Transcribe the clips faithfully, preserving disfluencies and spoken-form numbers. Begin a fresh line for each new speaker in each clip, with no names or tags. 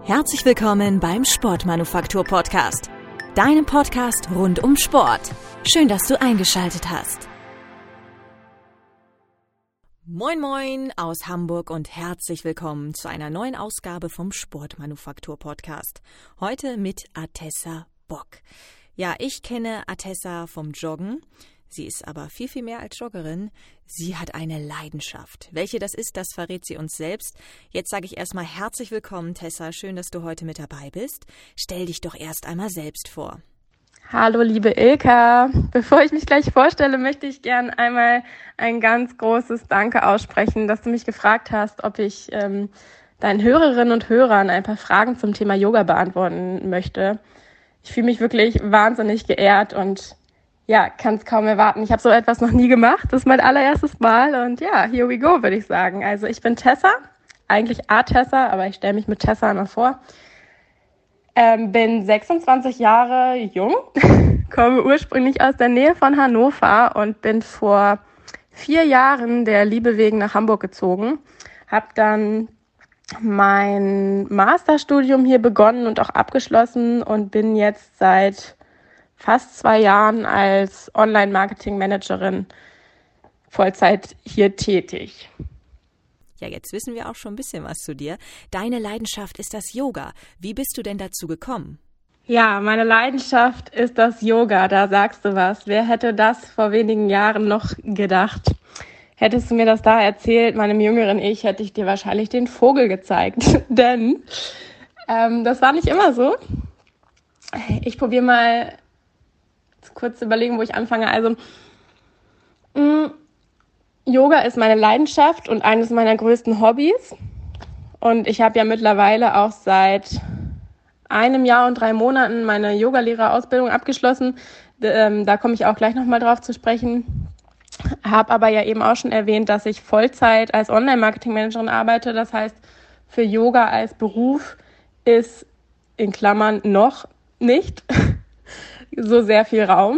Herzlich willkommen beim Sportmanufaktur-Podcast, deinem Podcast rund um Sport. Schön, dass du eingeschaltet hast. Moin Moin aus Hamburg und herzlich willkommen zu einer neuen Ausgabe vom Sportmanufaktur-Podcast. Heute mit Atessa Bock. Ja, ich kenne Atessa vom Joggen. Sie ist aber viel, viel mehr als Joggerin. Sie hat eine Leidenschaft. Welche das ist, das verrät sie uns selbst. Jetzt sage ich erstmal herzlich willkommen, Tessa. Schön, dass du heute mit dabei bist. Stell dich doch erst einmal selbst vor.
Hallo, liebe Ilka. Bevor ich mich gleich vorstelle, möchte ich gern einmal ein ganz großes Danke aussprechen, dass du mich gefragt hast, ob ich ähm, deinen Hörerinnen und Hörern ein paar Fragen zum Thema Yoga beantworten möchte. Ich fühle mich wirklich wahnsinnig geehrt und ja, kann es kaum erwarten. Ich habe so etwas noch nie gemacht. Das ist mein allererstes Mal und ja, here we go, würde ich sagen. Also ich bin Tessa, eigentlich Atessa, aber ich stelle mich mit Tessa immer vor. Ähm, bin sechsundzwanzig Jahre jung, komme ursprünglich aus der Nähe von Hannover und bin vor vier Jahren der Liebe wegen nach Hamburg gezogen. Habe dann mein Masterstudium hier begonnen und auch abgeschlossen und bin jetzt seit fast zwei Jahren als Online-Marketing-Managerin Vollzeit hier tätig.
Ja, jetzt wissen wir auch schon ein bisschen was zu dir. Deine Leidenschaft ist das Yoga. Wie bist du denn dazu gekommen?
Ja, meine Leidenschaft ist das Yoga, da sagst du was. Wer hätte das vor wenigen Jahren noch gedacht? Hättest du mir das da erzählt, meinem jüngeren Ich, hätte ich dir wahrscheinlich den Vogel gezeigt. Denn ähm, das war nicht immer so. Ich probiere mal kurz zu überlegen, wo ich anfange. Also, mh, Yoga ist meine Leidenschaft und eines meiner größten Hobbys. Und ich habe ja mittlerweile auch seit einem Jahr und drei Monaten meine Yogalehrerausbildung abgeschlossen. Ähm, da komme ich auch gleich nochmal drauf zu sprechen. Habe aber ja eben auch schon erwähnt, dass ich Vollzeit als Online-Marketing-Managerin arbeite. Das heißt, für Yoga als Beruf ist in Klammern noch nicht so sehr viel Raum.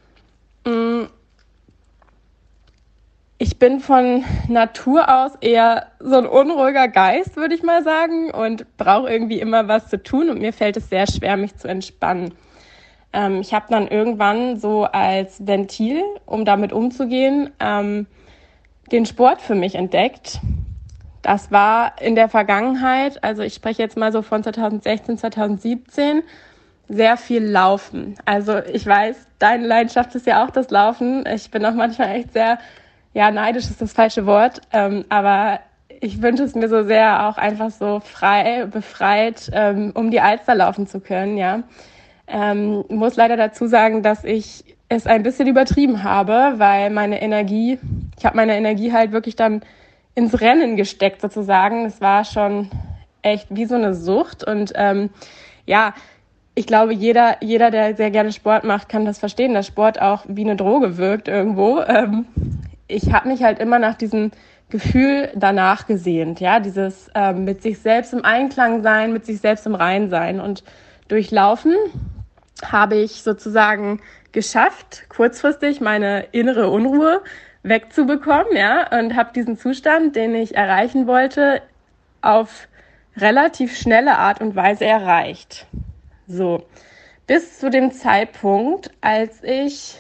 Ich bin von Natur aus eher so ein unruhiger Geist, würde ich mal sagen, und brauche irgendwie immer was zu tun und mir fällt es sehr schwer, mich zu entspannen. Ähm, ich habe dann irgendwann so als Ventil, um damit umzugehen, ähm, den Sport für mich entdeckt. Das war in der Vergangenheit, also ich spreche jetzt mal so von zweitausendsechzehn, zweitausendsiebzehn, sehr viel Laufen. Also ich weiß, deine Leidenschaft ist ja auch das Laufen. Ich bin auch manchmal echt sehr, ja, neidisch ist das falsche Wort, ähm, aber ich wünsche es mir so sehr, auch einfach so frei, befreit, ähm, um die Alster laufen zu können, ja. Ähm, muss leider dazu sagen, dass ich es ein bisschen übertrieben habe, weil meine Energie, ich habe meine Energie halt wirklich dann ins Rennen gesteckt sozusagen. Es war schon echt wie so eine Sucht und ähm, ja, ich glaube, jeder, jeder, der sehr gerne Sport macht, kann das verstehen, dass Sport auch wie eine Droge wirkt irgendwo. Ähm, ich habe mich halt immer nach diesem Gefühl danach gesehnt, ja, dieses ähm, mit sich selbst im Einklang sein, mit sich selbst im Rein sein. Und durch Laufen habe ich sozusagen geschafft, kurzfristig meine innere Unruhe wegzubekommen, ja, und habe diesen Zustand, den ich erreichen wollte, auf relativ schnelle Art und Weise erreicht. So, bis zu dem Zeitpunkt, als ich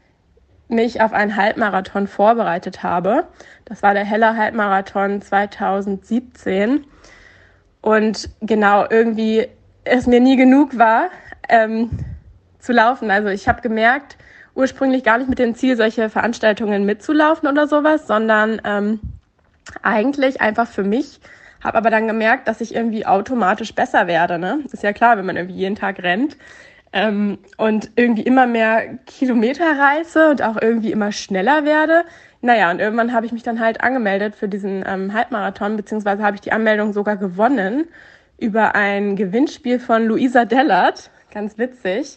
mich auf einen Halbmarathon vorbereitet habe. Das war der Heller Halbmarathon zweitausendsiebzehn. Und genau, irgendwie es mir nie genug war, ähm, zu laufen. Also ich habe gemerkt, ursprünglich gar nicht mit dem Ziel, solche Veranstaltungen mitzulaufen oder sowas, sondern ähm, eigentlich einfach für mich. Habe aber dann gemerkt, dass ich irgendwie automatisch besser werde. Ne? Ist ja klar, wenn man irgendwie jeden Tag rennt ähm, und irgendwie immer mehr Kilometer reiße und auch irgendwie immer schneller werde. Naja, und irgendwann habe ich mich dann halt angemeldet für diesen ähm, Halbmarathon, beziehungsweise habe ich die Anmeldung sogar gewonnen über ein Gewinnspiel von Luisa Dellert. Ganz witzig.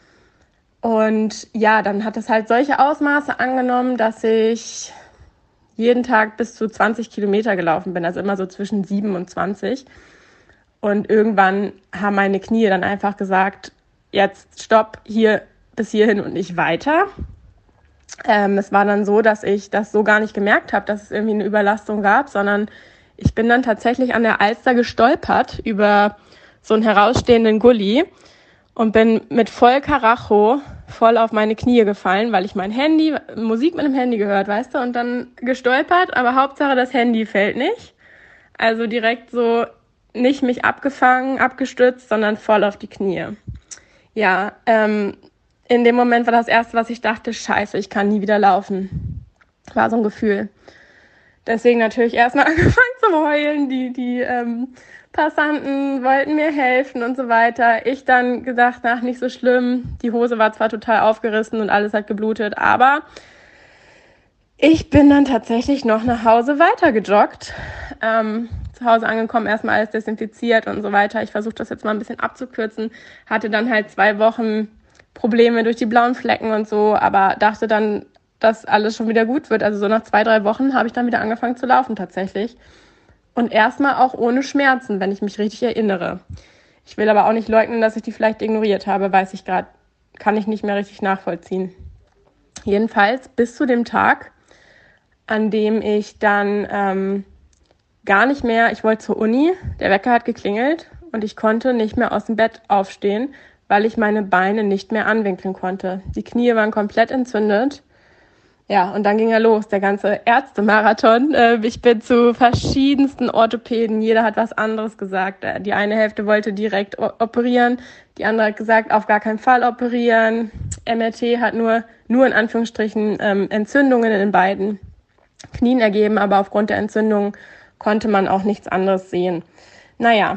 Und ja, dann hat es halt solche Ausmaße angenommen, dass ich jeden Tag bis zu zwanzig Kilometer gelaufen bin, also immer so zwischen sieben und zwanzig. Und irgendwann haben meine Knie dann einfach gesagt, jetzt stopp, hier bis hierhin und nicht weiter. Ähm, es war dann so, dass ich das so gar nicht gemerkt habe, dass es irgendwie eine Überlastung gab, sondern ich bin dann tatsächlich an der Alster gestolpert über so einen herausstehenden Gully und bin mit voll Karacho voll auf meine Knie gefallen, weil ich mein Handy, Musik mit dem Handy gehört, weißt du, und dann gestolpert, aber Hauptsache das Handy fällt nicht. Also direkt so nicht mich abgefangen, abgestützt, sondern voll auf die Knie. Ja, ähm, in dem Moment war das Erste, was ich dachte, scheiße, ich kann nie wieder laufen. War so ein Gefühl. Deswegen natürlich erstmal angefangen zu heulen, die, die ähm, Passanten wollten mir helfen und so weiter. Ich dann gesagt, ach, nicht so schlimm. Die Hose war zwar total aufgerissen und alles hat geblutet, aber ich bin dann tatsächlich noch nach Hause weiter gejoggt. Ähm, zu Hause angekommen, erstmal alles desinfiziert und so weiter. Ich versuche das jetzt mal ein bisschen abzukürzen. Hatte dann halt zwei Wochen Probleme durch die blauen Flecken und so, aber dachte dann, dass alles schon wieder gut wird. Also so nach zwei, drei Wochen habe ich dann wieder angefangen zu laufen tatsächlich. Und erstmal auch ohne Schmerzen, wenn ich mich richtig erinnere. Ich will aber auch nicht leugnen, dass ich die vielleicht ignoriert habe, weiß ich gerade, kann ich nicht mehr richtig nachvollziehen. Jedenfalls bis zu dem Tag, an dem ich dann ähm, gar nicht mehr, ich wollte zur Uni, der Wecker hat geklingelt und ich konnte nicht mehr aus dem Bett aufstehen, weil ich meine Beine nicht mehr anwinkeln konnte. Die Knie waren komplett entzündet. Ja, und dann ging er los, der ganze Ärztemarathon. Ich bin zu verschiedensten Orthopäden, jeder hat was anderes gesagt. Die eine Hälfte wollte direkt operieren, die andere hat gesagt, auf gar keinen Fall operieren. M R T hat nur, nur in Anführungsstrichen ähm, Entzündungen in den beiden Knien ergeben, aber aufgrund der Entzündung konnte man auch nichts anderes sehen. Naja,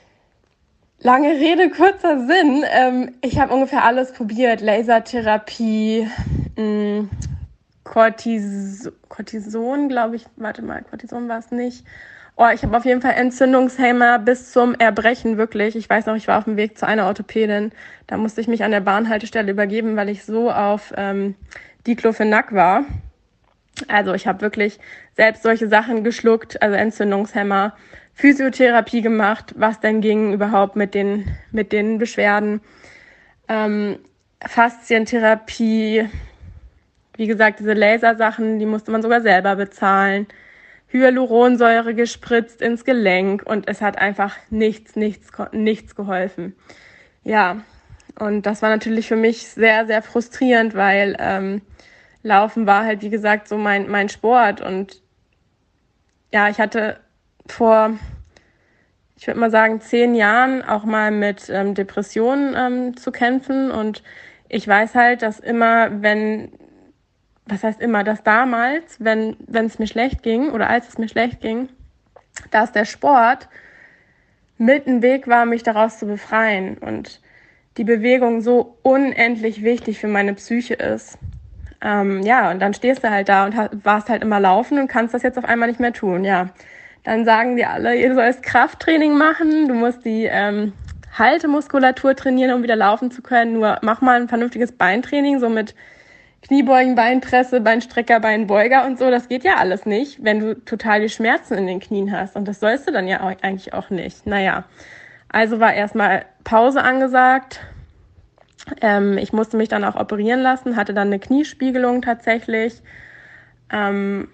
lange Rede, kurzer Sinn. Ähm, ich habe ungefähr alles probiert, Lasertherapie, mh, Cortis- Cortison, glaube ich, warte mal, Cortison war es nicht. Oh, ich habe auf jeden Fall Entzündungshemmer bis zum Erbrechen, wirklich. Ich weiß noch, ich war auf dem Weg zu einer Orthopädin. Da musste ich mich an der Bahnhaltestelle übergeben, weil ich so auf ähm, Diclofenac war. Also ich habe wirklich selbst solche Sachen geschluckt, also Entzündungshemmer, Physiotherapie gemacht, was denn ging überhaupt mit den, mit den Beschwerden. Ähm, Faszientherapie, wie gesagt, diese Lasersachen, die musste man sogar selber bezahlen. Hyaluronsäure gespritzt ins Gelenk und es hat einfach nichts, nichts, nichts geholfen. Ja, und das war natürlich für mich sehr, sehr frustrierend, weil ähm, Laufen war halt, wie gesagt, so mein, mein Sport. Und ja, ich hatte vor, ich würde mal sagen, zehn Jahren auch mal mit ähm, Depressionen ähm, zu kämpfen. Und ich weiß halt, dass immer, wenn was heißt immer, dass damals, wenn wenn es mir schlecht ging oder als es mir schlecht ging, dass der Sport mit ein Weg war, mich daraus zu befreien und die Bewegung so unendlich wichtig für meine Psyche ist. Ähm, ja, und dann stehst du halt da und hast, warst halt immer laufen und kannst das jetzt auf einmal nicht mehr tun. Ja, dann sagen die alle, ihr sollst Krafttraining machen, du musst die ähm, Haltemuskulatur trainieren, um wieder laufen zu können. Nur mach mal ein vernünftiges Beintraining, so mit Kniebeugen, Beinpresse, Beinstrecker, Beinbeuger und so, das geht ja alles nicht, wenn du total die Schmerzen in den Knien hast. Und das sollst du dann ja auch, eigentlich auch nicht. Naja, also war erstmal Pause angesagt. Ähm, ich musste mich dann auch operieren lassen, hatte dann eine Kniespiegelung tatsächlich. Ähm,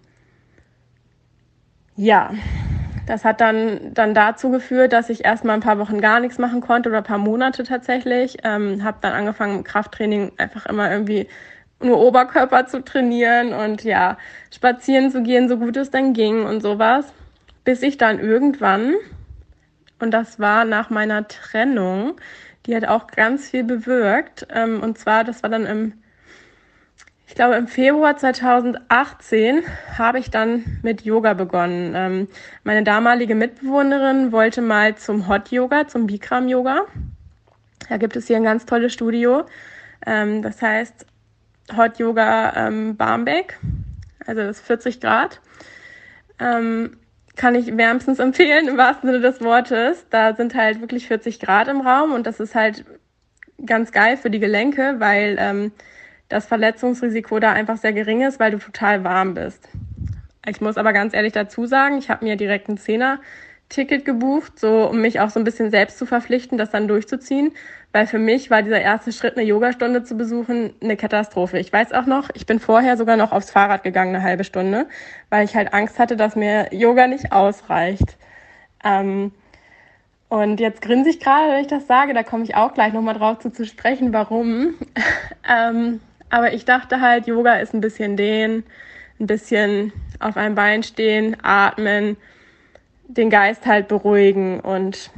ja, das hat dann, dann dazu geführt, dass ich erstmal ein paar Wochen gar nichts machen konnte oder ein paar Monate tatsächlich. Ähm, habe dann angefangen mit Krafttraining einfach immer irgendwie nur Oberkörper zu trainieren und ja, spazieren zu gehen, so gut es dann ging und sowas. Bis ich dann irgendwann, und das war nach meiner Trennung, die hat auch ganz viel bewirkt. Ähm, und zwar, das war dann im, ich glaube im Februar zweitausendachtzehn, habe ich dann mit Yoga begonnen. Ähm, meine damalige Mitbewohnerin wollte mal zum Hot Yoga, zum Bikram Yoga. Da gibt es hier ein ganz tolles Studio. Ähm, das heißt Hot Yoga ähm, Barmbek, also das ist vierzig Grad. Ähm, kann ich wärmstens empfehlen, im wahrsten Sinne des Wortes. Da sind halt wirklich vierzig Grad im Raum und das ist halt ganz geil für die Gelenke, weil ähm, das Verletzungsrisiko da einfach sehr gering ist, weil du total warm bist. Ich muss aber ganz ehrlich dazu sagen, ich habe mir direkt ein Zehner-Ticket gebucht, so um mich auch so ein bisschen selbst zu verpflichten, das dann durchzuziehen, weil für mich war dieser erste Schritt, eine Yogastunde zu besuchen, eine Katastrophe. Ich weiß auch noch, ich bin vorher sogar noch aufs Fahrrad gegangen, eine halbe Stunde, weil ich halt Angst hatte, dass mir Yoga nicht ausreicht. Ähm, Und jetzt grinse ich gerade, wenn ich das sage, da komme ich auch gleich nochmal drauf zu, zu sprechen, warum. ähm, aber ich dachte halt, Yoga ist ein bisschen dehnen, ein bisschen auf einem Bein stehen, atmen, den Geist halt beruhigen. Und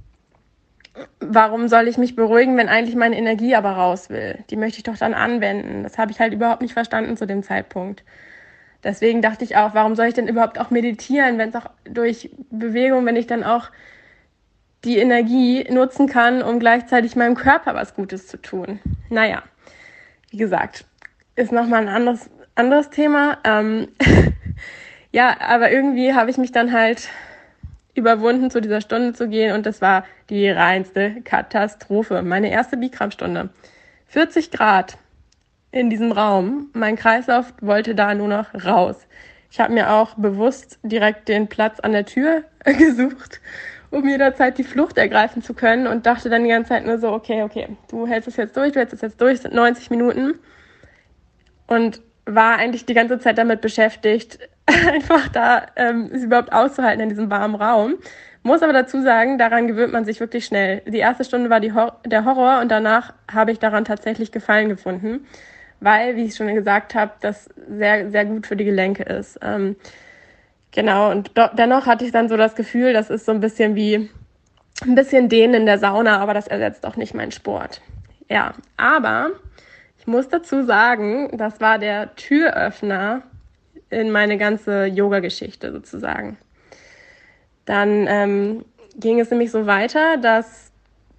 warum soll ich mich beruhigen, wenn eigentlich meine Energie aber raus will? Die möchte ich doch dann anwenden. Das habe ich halt überhaupt nicht verstanden zu dem Zeitpunkt. Deswegen dachte ich auch, warum soll ich denn überhaupt auch meditieren, wenn es auch durch Bewegung, wenn ich dann auch die Energie nutzen kann, um gleichzeitig meinem Körper was Gutes zu tun. Naja, wie gesagt, ist nochmal ein anderes, anderes Thema. Ähm ja, aber irgendwie habe ich mich dann halt überwunden, zu dieser Stunde zu gehen und das war die reinste Katastrophe. Meine erste Bikram-Stunde. vierzig Grad in diesem Raum. Mein Kreislauf wollte da nur noch raus. Ich habe mir auch bewusst direkt den Platz an der Tür gesucht, um jederzeit die Flucht ergreifen zu können und dachte dann die ganze Zeit nur so, okay, okay, du hältst es jetzt durch, du hältst es jetzt durch, es sind neunzig Minuten und war eigentlich die ganze Zeit damit beschäftigt, einfach da ähm, es überhaupt auszuhalten in diesem warmen Raum. Muss aber dazu sagen, daran gewöhnt man sich wirklich schnell. Die erste Stunde war die Hor- der Horror und danach habe ich daran tatsächlich Gefallen gefunden, weil, wie ich schon gesagt habe, das sehr, sehr gut für die Gelenke ist. Ähm, Genau, und do- dennoch hatte ich dann so das Gefühl, das ist so ein bisschen wie ein bisschen Dehnen in der Sauna, aber das ersetzt auch nicht meinen Sport. Ja, aber ich muss dazu sagen, das war der Türöffner in meine ganze Yoga-Geschichte sozusagen. Dann ähm, ging es nämlich so weiter, dass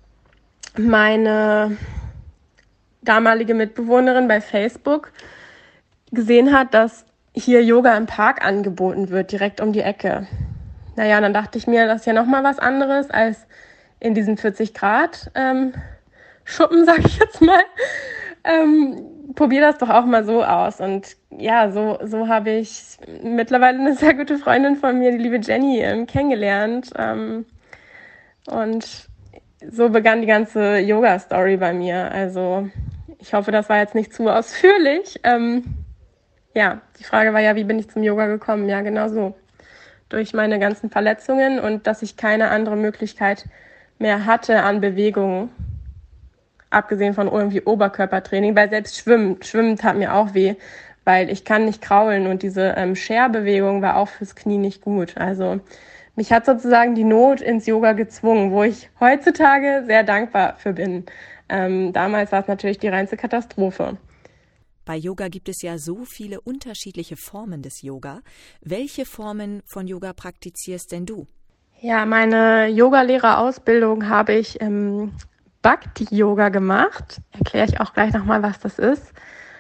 meine damalige Mitbewohnerin bei Facebook gesehen hat, dass hier Yoga im Park angeboten wird, direkt um die Ecke. Naja, und dann dachte ich mir, das ist ja nochmal was anderes als in diesen vierzig Grad ähm, Schuppen, sag ich jetzt mal. Ähm, probier das doch auch mal so aus. Und ja, so so habe ich mittlerweile eine sehr gute Freundin von mir, die liebe Jenny, ähm, kennengelernt. Ähm, und so begann die ganze Yoga-Story bei mir. Also ich hoffe, das war jetzt nicht zu ausführlich. Ähm, Ja, die Frage war ja, wie bin ich zum Yoga gekommen? Ja, genau so. Durch meine ganzen Verletzungen und dass ich keine andere Möglichkeit mehr hatte an Bewegungen, abgesehen von irgendwie Oberkörpertraining, weil selbst Schwimmen, Schwimmen tat mir auch weh, weil ich kann nicht kraulen und diese ähm, Scherbewegung war auch fürs Knie nicht gut. Also mich hat sozusagen die Not ins Yoga gezwungen, wo ich heutzutage sehr dankbar für bin. Ähm, damals war es natürlich die reinste Katastrophe.
Bei Yoga gibt es ja so viele unterschiedliche Formen des Yoga. Welche Formen von Yoga praktizierst denn du?
Ja, meine Yogalehrerausbildung habe ich im Bhakti-Yoga gemacht. Erkläre ich auch gleich nochmal, was das ist.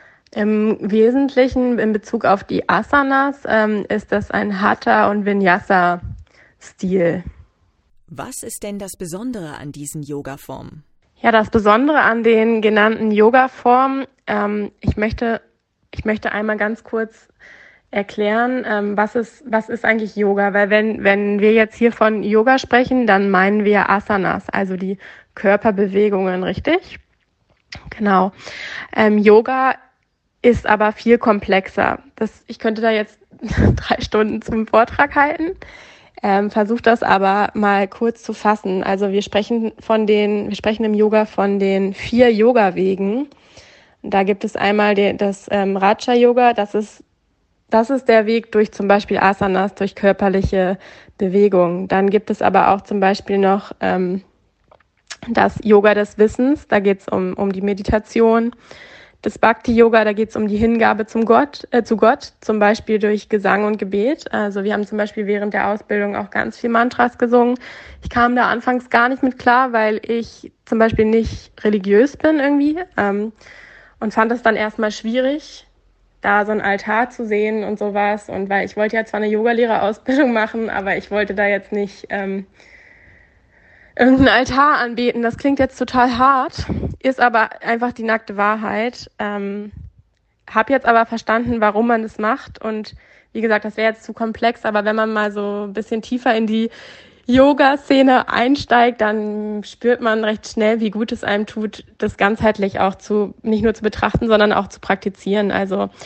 Im Wesentlichen in Bezug auf die Asanas ähm, ist das ein Hatha- und Vinyasa-Stil.
Was ist denn das Besondere an diesen Yoga-Formen?
Ja, das Besondere an den genannten Yoga-Formen, ähm, ich möchte, ich möchte einmal ganz kurz erklären, ähm, was ist, was ist eigentlich Yoga? Weil wenn, wenn wir jetzt hier von Yoga sprechen, dann meinen wir Asanas, also die Körperbewegungen, richtig? Genau. Ähm, Yoga ist aber viel komplexer. Das, ich könnte da jetzt drei Stunden zum Vortrag halten. Ähm, versucht das aber mal kurz zu fassen. Also wir sprechen von den, wir sprechen im Yoga von den vier Yoga-Wegen. Da gibt es einmal den, das ähm, Raja-Yoga, das ist, das ist der Weg durch zum Beispiel Asanas, durch körperliche Bewegung. Dann gibt es aber auch zum Beispiel noch ähm, das Yoga des Wissens, da geht es um, um die Meditation. Das Bhakti-Yoga, da geht es um die Hingabe zum Gott, äh, zu Gott, zum Beispiel durch Gesang und Gebet. Also wir haben zum Beispiel während der Ausbildung auch ganz viel Mantras gesungen. Ich kam da anfangs gar nicht mit klar, weil ich zum Beispiel nicht religiös bin irgendwie ähm, und fand es dann erstmal schwierig, da so einen Altar zu sehen und sowas. Und weil ich wollte ja zwar eine Yogalehrerausbildung machen, aber ich wollte da jetzt nicht ähm, irgendeinen Altar anbeten. Das klingt jetzt total hart, ist aber einfach die nackte Wahrheit. Ähm, hab jetzt aber verstanden, warum man das macht. Und wie gesagt, das wäre jetzt zu komplex, aber wenn man mal so ein bisschen tiefer in die Yoga-Szene einsteigt, dann spürt man recht schnell, wie gut es einem tut, das ganzheitlich auch zu, nicht nur zu betrachten, sondern auch zu praktizieren. Also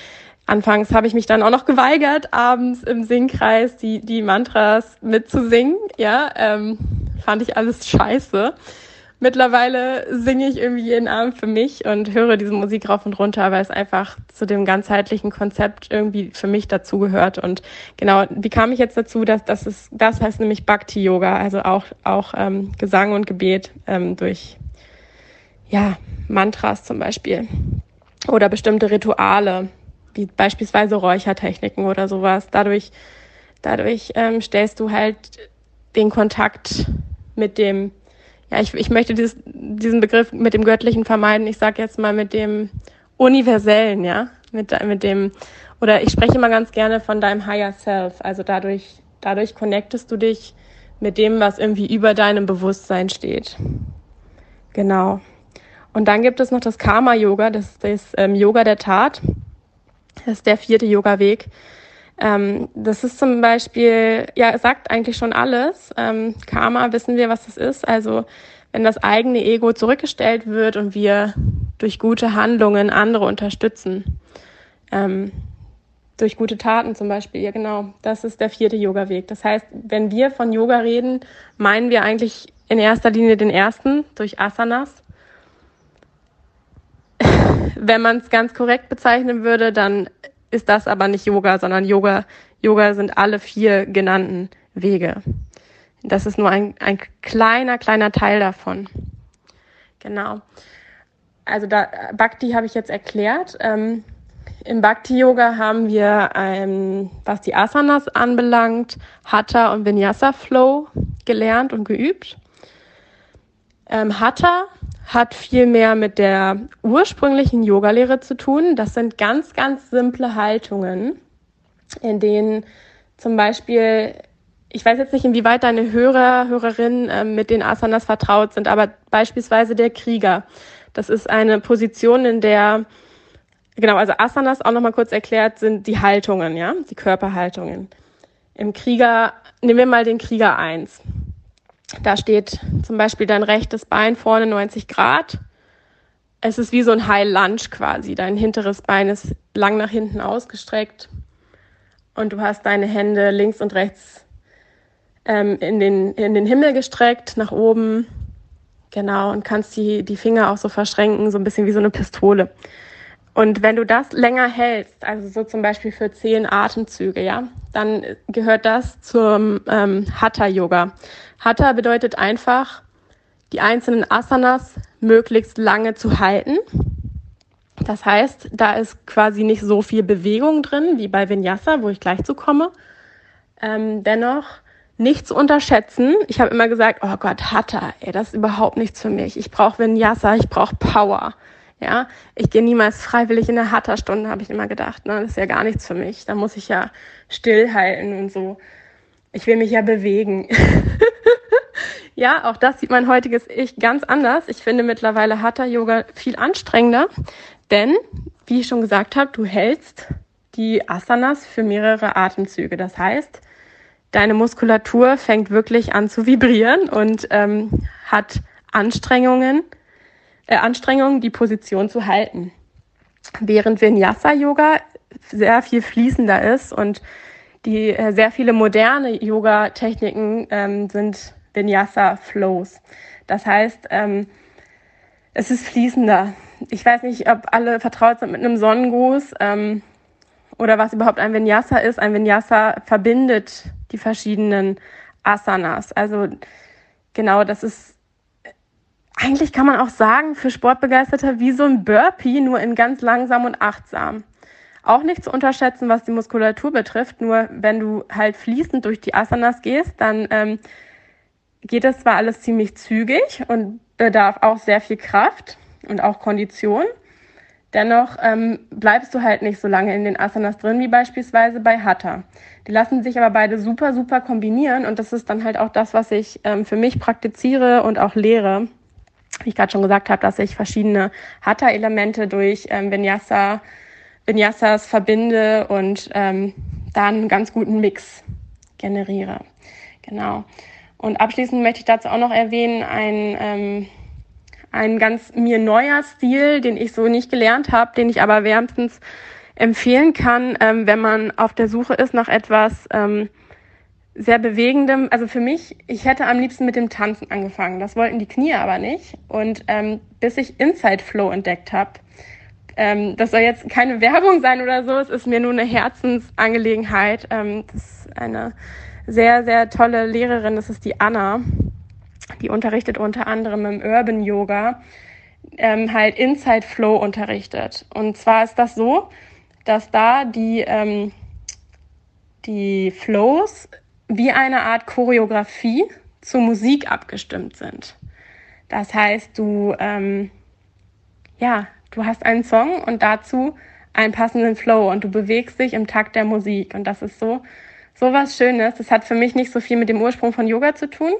Anfangs habe ich mich dann auch noch geweigert, abends im Singkreis die, die Mantras mitzusingen. Ja, ähm, fand ich alles scheiße. Mittlerweile singe ich irgendwie jeden Abend für mich und höre diese Musik rauf und runter, weil es einfach zu dem ganzheitlichen Konzept irgendwie für mich dazugehört. Und genau, wie kam ich jetzt dazu? Dass das ist, das heißt nämlich Bhakti Yoga, also auch auch ähm, Gesang und Gebet ähm, durch ja Mantras zum Beispiel oder bestimmte Rituale, wie beispielsweise Räuchertechniken oder sowas. Dadurch, dadurch ähm, stellst du halt den Kontakt mit dem, ja, ich, ich möchte dieses, diesen Begriff mit dem Göttlichen vermeiden. Ich sage jetzt mal mit dem Universellen, ja, mit, mit dem, oder ich spreche immer ganz gerne von deinem Higher Self. Also dadurch, dadurch connectest du dich mit dem, was irgendwie über deinem Bewusstsein steht. Genau. Und dann gibt es noch das Karma-Yoga, das ist das ähm, Yoga der Tat. Das ist der vierte Yoga-Weg. Ähm, das ist zum Beispiel, ja, es sagt eigentlich schon alles. Ähm, Karma, wissen wir, was das ist. Also wenn das eigene Ego zurückgestellt wird und wir durch gute Handlungen andere unterstützen. Ähm, durch gute Taten zum Beispiel, ja genau. Das ist der vierte Yoga-Weg. Das heißt, wenn wir von Yoga reden, meinen wir eigentlich in erster Linie den ersten, durch Asanas. Wenn man es ganz korrekt bezeichnen würde, dann ist das aber nicht Yoga, sondern Yoga, Yoga sind alle vier genannten Wege. Das ist nur ein, ein kleiner, kleiner Teil davon. Genau. Also da, Bhakti habe ich jetzt erklärt. Ähm, im Bhakti-Yoga haben wir, ähm, was die Asanas anbelangt, Hatha und Vinyasa Flow gelernt und geübt. Ähm, Hatha hat viel mehr mit der ursprünglichen Yogalehre zu tun. Das sind ganz, ganz simple Haltungen, in denen zum Beispiel, ich weiß jetzt nicht, inwieweit deine Hörer, Hörerinnen äh, mit den Asanas vertraut sind, aber beispielsweise der Krieger. Das ist eine Position, in der, genau, also Asanas, auch nochmal kurz erklärt, sind die Haltungen, ja, die Körperhaltungen. Im Krieger, nehmen wir mal den Krieger eins. Da steht zum Beispiel dein rechtes Bein vorne neunzig Grad. Es ist wie so ein High Lunge quasi. Dein hinteres Bein ist lang nach hinten ausgestreckt und du hast deine Hände links und rechts ähm, in den, in den Himmel gestreckt, nach oben. Genau, und kannst die, die Finger auch so verschränken, so ein bisschen wie so eine Pistole. Und wenn du das länger hältst, also so zum Beispiel für zehn Atemzüge, ja, dann gehört das zum ähm, Hatha-Yoga. Hatha bedeutet einfach, die einzelnen Asanas möglichst lange zu halten. Das heißt, da ist quasi nicht so viel Bewegung drin wie bei Vinyasa, wo ich gleich zu komme. Ähm, dennoch nicht zu unterschätzen. Ich habe immer gesagt, oh Gott, Hatha, ey, das ist überhaupt nichts für mich. Ich brauche Vinyasa, ich brauche Power. Ja, ich gehe niemals freiwillig in eine Hatha-Stunde, habe ich immer gedacht. Ne? Das ist ja gar nichts für mich. Da muss ich ja stillhalten und so. Ich will mich ja bewegen. Ja, auch das sieht mein heutiges Ich ganz anders. Ich finde mittlerweile Hatha-Yoga viel anstrengender, denn, wie ich schon gesagt habe, du hältst die Asanas für mehrere Atemzüge. Das heißt, deine Muskulatur fängt wirklich an zu vibrieren und ähm, hat Anstrengungen, äh, Anstrengungen, die Position zu halten. Während Vinyasa-Yoga sehr viel fließender ist und die äh, sehr viele moderne Yoga-Techniken ähm, sind Vinyasa-Flows. Das heißt, ähm, es ist fließender. Ich weiß nicht, ob alle vertraut sind mit einem Sonnengruß ähm, oder was überhaupt ein Vinyasa ist. Ein Vinyasa verbindet die verschiedenen Asanas. Also genau, das ist, eigentlich kann man auch sagen, für Sportbegeisterte wie so ein Burpee, nur in ganz langsam und achtsam. Auch nicht zu unterschätzen, was die Muskulatur betrifft. Nur wenn du halt fließend durch die Asanas gehst, dann ähm, geht das zwar alles ziemlich zügig und bedarf auch sehr viel Kraft und auch Kondition. Dennoch ähm, bleibst du halt nicht so lange in den Asanas drin, wie beispielsweise bei Hatha. Die lassen sich aber beide super, super kombinieren und das ist dann halt auch das, was ich ähm, für mich praktiziere und auch lehre. Wie ich gerade schon gesagt habe, dass ich verschiedene Hatha-Elemente durch ähm, Vinyasa, Vinyasas verbinde und ähm, dann einen ganz guten Mix generiere. Genau. Und abschließend möchte ich dazu auch noch erwähnen, ein, ähm, ein ganz mir neuer Stil, den ich so nicht gelernt habe, den ich aber wärmstens empfehlen kann, ähm, wenn man auf der Suche ist nach etwas ähm, sehr Bewegendem. Also für mich, ich hätte am liebsten mit dem Tanzen angefangen. Das wollten die Knie aber nicht. Und ähm, bis ich Inside Flow entdeckt habe, ähm, das soll jetzt keine Werbung sein oder so, es ist mir nur eine Herzensangelegenheit. Ähm, das ist eine sehr, sehr tolle Lehrerin, das ist die Anna. Die unterrichtet unter anderem im Urban Yoga, ähm, halt Inside Flow unterrichtet. Und zwar ist das so, dass da die, ähm, die Flows wie eine Art Choreografie zur Musik abgestimmt sind. Das heißt, du, ähm, ja, du hast einen Song und dazu einen passenden Flow und du bewegst dich im Takt der Musik. Und das ist so, so was Schönes. Das hat für mich nicht so viel mit dem Ursprung von Yoga zu tun.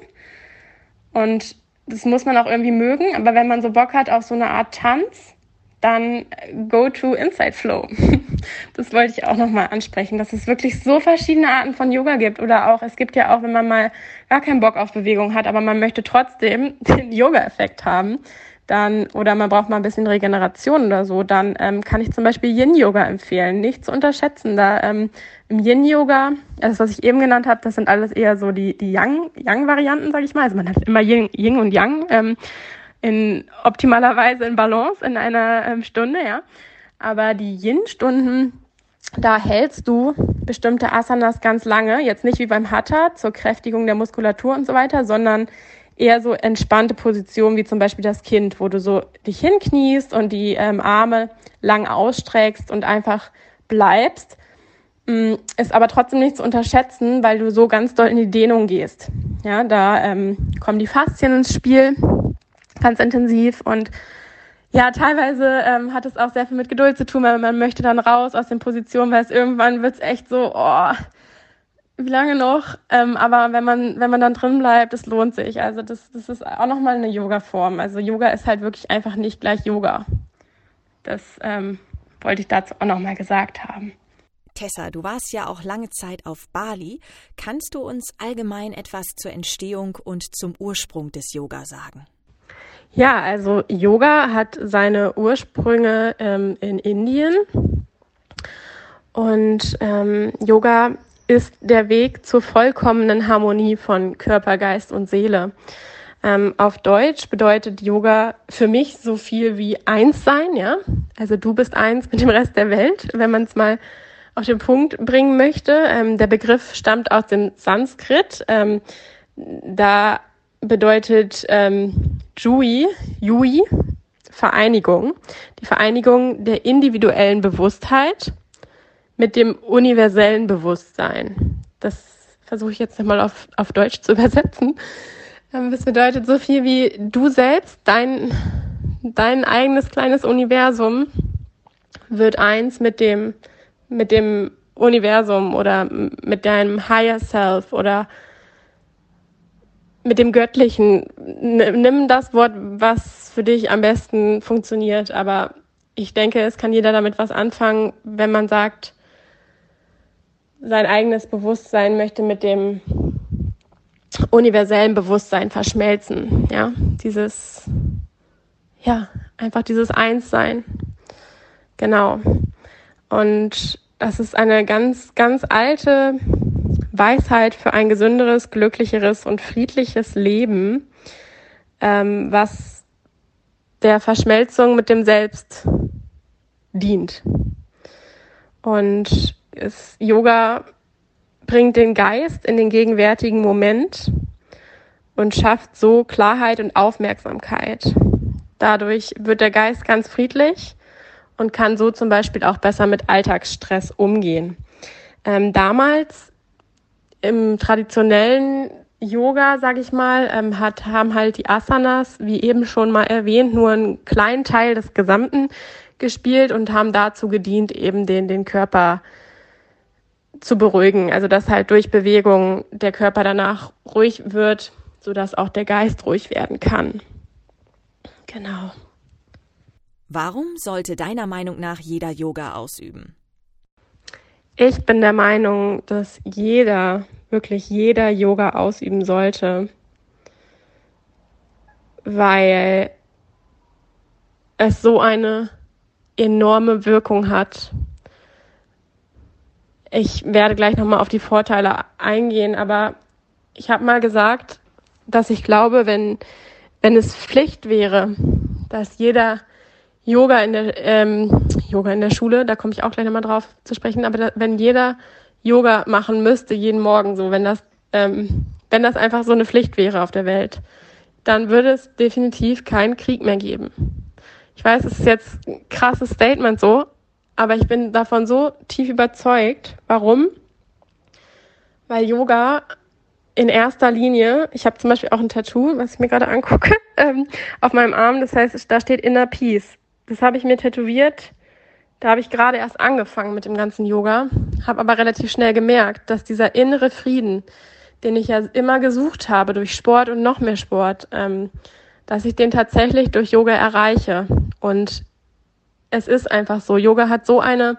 Und das muss man auch irgendwie mögen. Aber wenn man so Bock hat auf so eine Art Tanz, dann go to Inside Flow. Das wollte ich auch nochmal ansprechen, dass es wirklich so verschiedene Arten von Yoga gibt. Oder auch, es gibt ja auch, wenn man mal gar keinen Bock auf Bewegung hat, aber man möchte trotzdem den Yoga-Effekt haben, dann, oder man braucht mal ein bisschen Regeneration oder so, dann ähm, kann ich zum Beispiel Yin-Yoga empfehlen. Nicht zu unterschätzen. Da ähm, im Yin-Yoga, also das, was ich eben genannt habe, das sind alles eher so die, die Yang, Yang-Varianten, sage ich mal. Also man hat immer Yin, Yin und Yang. Ähm, in optimaler Weise in Balance in einer ähm, Stunde, ja. Aber die Yin-Stunden, da hältst du bestimmte Asanas ganz lange, jetzt nicht wie beim Hatha zur Kräftigung der Muskulatur und so weiter, sondern eher so entspannte Positionen wie zum Beispiel das Kind, wo du so dich hinkniest und die ähm, Arme lang ausstreckst und einfach bleibst, ähm, ist aber trotzdem nicht zu unterschätzen, weil du so ganz doll in die Dehnung gehst. Ja, da ähm, kommen die Faszien ins Spiel, ganz intensiv, und ja, teilweise ähm, hat es auch sehr viel mit Geduld zu tun, weil man möchte dann raus aus den Positionen, weil es irgendwann wird's echt so, oh, wie lange noch? Ähm, aber wenn man wenn man dann drin bleibt, es lohnt sich. Also das das ist auch nochmal eine Yoga-Form. Also Yoga ist halt wirklich einfach nicht gleich Yoga. Das ähm, wollte ich dazu auch nochmal gesagt haben.
Tessa, du warst ja auch lange Zeit auf Bali. Kannst du uns allgemein etwas zur Entstehung und zum Ursprung des Yoga sagen?
Ja, also Yoga hat seine Ursprünge ähm, in Indien. Und ähm, Yoga ist der Weg zur vollkommenen Harmonie von Körper, Geist und Seele. Ähm, auf Deutsch bedeutet Yoga für mich so viel wie eins sein, ja. Also du bist eins mit dem Rest der Welt, wenn man es mal auf den Punkt bringen möchte. Ähm, der Begriff stammt aus dem Sanskrit. Ähm, da bedeutet ähm, Jui, Jui, Vereinigung. Die Vereinigung der individuellen Bewusstheit mit dem universellen Bewusstsein. Das versuche ich jetzt nochmal auf, auf Deutsch zu übersetzen. Das bedeutet so viel wie du selbst, dein, dein eigenes kleines Universum wird eins mit dem, mit dem Universum oder mit deinem Higher Self oder mit dem Göttlichen. Nimm das Wort, was für dich am besten funktioniert, aber ich denke, es kann jeder damit was anfangen, wenn man sagt, sein eigenes Bewusstsein möchte mit dem universellen Bewusstsein verschmelzen, ja, dieses, ja, einfach dieses Einssein, genau. Und das ist eine ganz, ganz alte Weisheit für ein gesünderes, glücklicheres und friedliches Leben, ähm, was der Verschmelzung mit dem Selbst dient. Und es, Yoga bringt den Geist in den gegenwärtigen Moment und schafft so Klarheit und Aufmerksamkeit. Dadurch wird der Geist ganz friedlich und kann so zum Beispiel auch besser mit Alltagsstress umgehen. Ähm, damals im traditionellen Yoga, sag ich mal, ähm, hat, haben halt die Asanas, wie eben schon mal erwähnt, nur einen kleinen Teil des Gesamten gespielt und haben dazu gedient, eben den, den Körper zu beruhigen. Also dass halt durch Bewegung der Körper danach ruhig wird, sodass auch der Geist ruhig werden kann. Genau.
Warum sollte deiner Meinung nach jeder Yoga ausüben?
Ich bin der Meinung, dass jeder, wirklich jeder Yoga ausüben sollte, weil es so eine enorme Wirkung hat ich werde gleich nochmal auf die Vorteile eingehen, aber ich habe mal gesagt, dass ich glaube, wenn, wenn es Pflicht wäre, dass jeder Yoga in der ähm, Yoga in der Schule, da komme ich auch gleich nochmal drauf zu sprechen, aber da, wenn jeder Yoga machen müsste, jeden Morgen so, wenn das, ähm, wenn das einfach so eine Pflicht wäre auf der Welt, dann würde es definitiv keinen Krieg mehr geben. Ich weiß, es ist jetzt ein krasses Statement so, aber ich bin davon so tief überzeugt. Warum? Weil Yoga in erster Linie, ich habe zum Beispiel auch ein Tattoo, was ich mir gerade angucke, ähm, auf meinem Arm, das heißt, da steht Inner Peace. Das habe ich mir tätowiert. Da habe ich gerade erst angefangen mit dem ganzen Yoga, habe aber relativ schnell gemerkt, dass dieser innere Frieden, den ich ja immer gesucht habe durch Sport und noch mehr Sport, ähm, dass ich den tatsächlich durch Yoga erreiche. Und es ist einfach so, Yoga hat so eine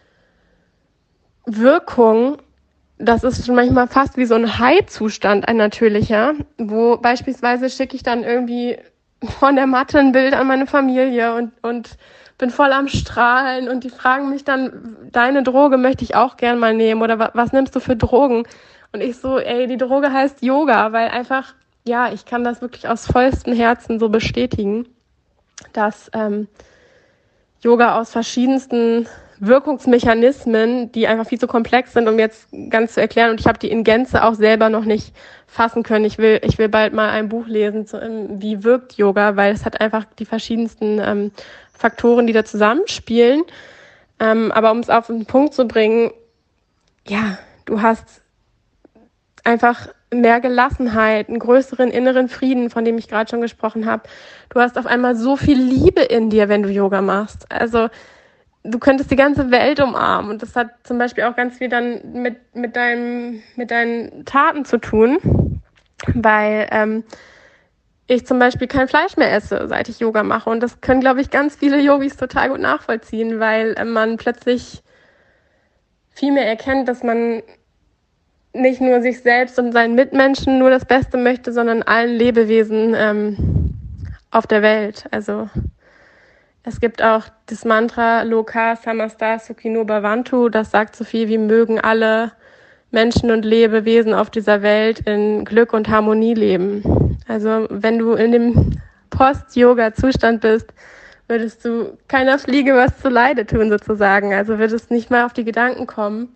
Wirkung, das ist schon manchmal fast wie so ein High-Zustand, ein natürlicher, wo beispielsweise schicke ich dann irgendwie von der Matte ein Bild an meine Familie und, und bin voll am Strahlen und die fragen mich dann, deine Droge möchte ich auch gern mal nehmen oder was, was nimmst du für Drogen? Und ich so, ey, die Droge heißt Yoga, weil einfach, ja, ich kann das wirklich aus vollstem Herzen so bestätigen, dass ähm, Yoga aus verschiedensten Wirkungsmechanismen, die einfach viel zu komplex sind, um jetzt ganz zu erklären, und ich habe die in Gänze auch selber noch nicht fassen können. Ich will, ich will bald mal ein Buch lesen, zu, wie wirkt Yoga, weil es hat einfach die verschiedensten ähm, Faktoren, die da zusammenspielen. Ähm, aber um es auf den Punkt zu bringen, ja, du hast einfach mehr Gelassenheit, einen größeren inneren Frieden, von dem ich gerade schon gesprochen habe. Du hast auf einmal so viel Liebe in dir, wenn du Yoga machst. Also du könntest die ganze Welt umarmen. Und das hat zum Beispiel auch ganz viel dann mit mit deinem mit deinen Taten zu tun, weil ähm, ich zum Beispiel kein Fleisch mehr esse, seit ich Yoga mache. Und das können, glaube ich, ganz viele Yogis total gut nachvollziehen, weil man plötzlich viel mehr erkennt, dass man nicht nur sich selbst und seinen Mitmenschen nur das Beste möchte, sondern allen Lebewesen ähm, auf der Welt. Also es gibt auch das Mantra Loka Samasta Sukhino Bhavantu, das sagt so viel wie mögen alle Menschen und Lebewesen auf dieser Welt in Glück und Harmonie leben. Also wenn du in dem Post-Yoga-Zustand bist, würdest du keiner Fliege was zu Leide tun sozusagen. Also würdest nicht mal auf die Gedanken kommen,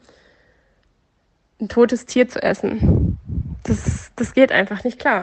ein totes Tier zu essen. Das, das geht einfach nicht klar.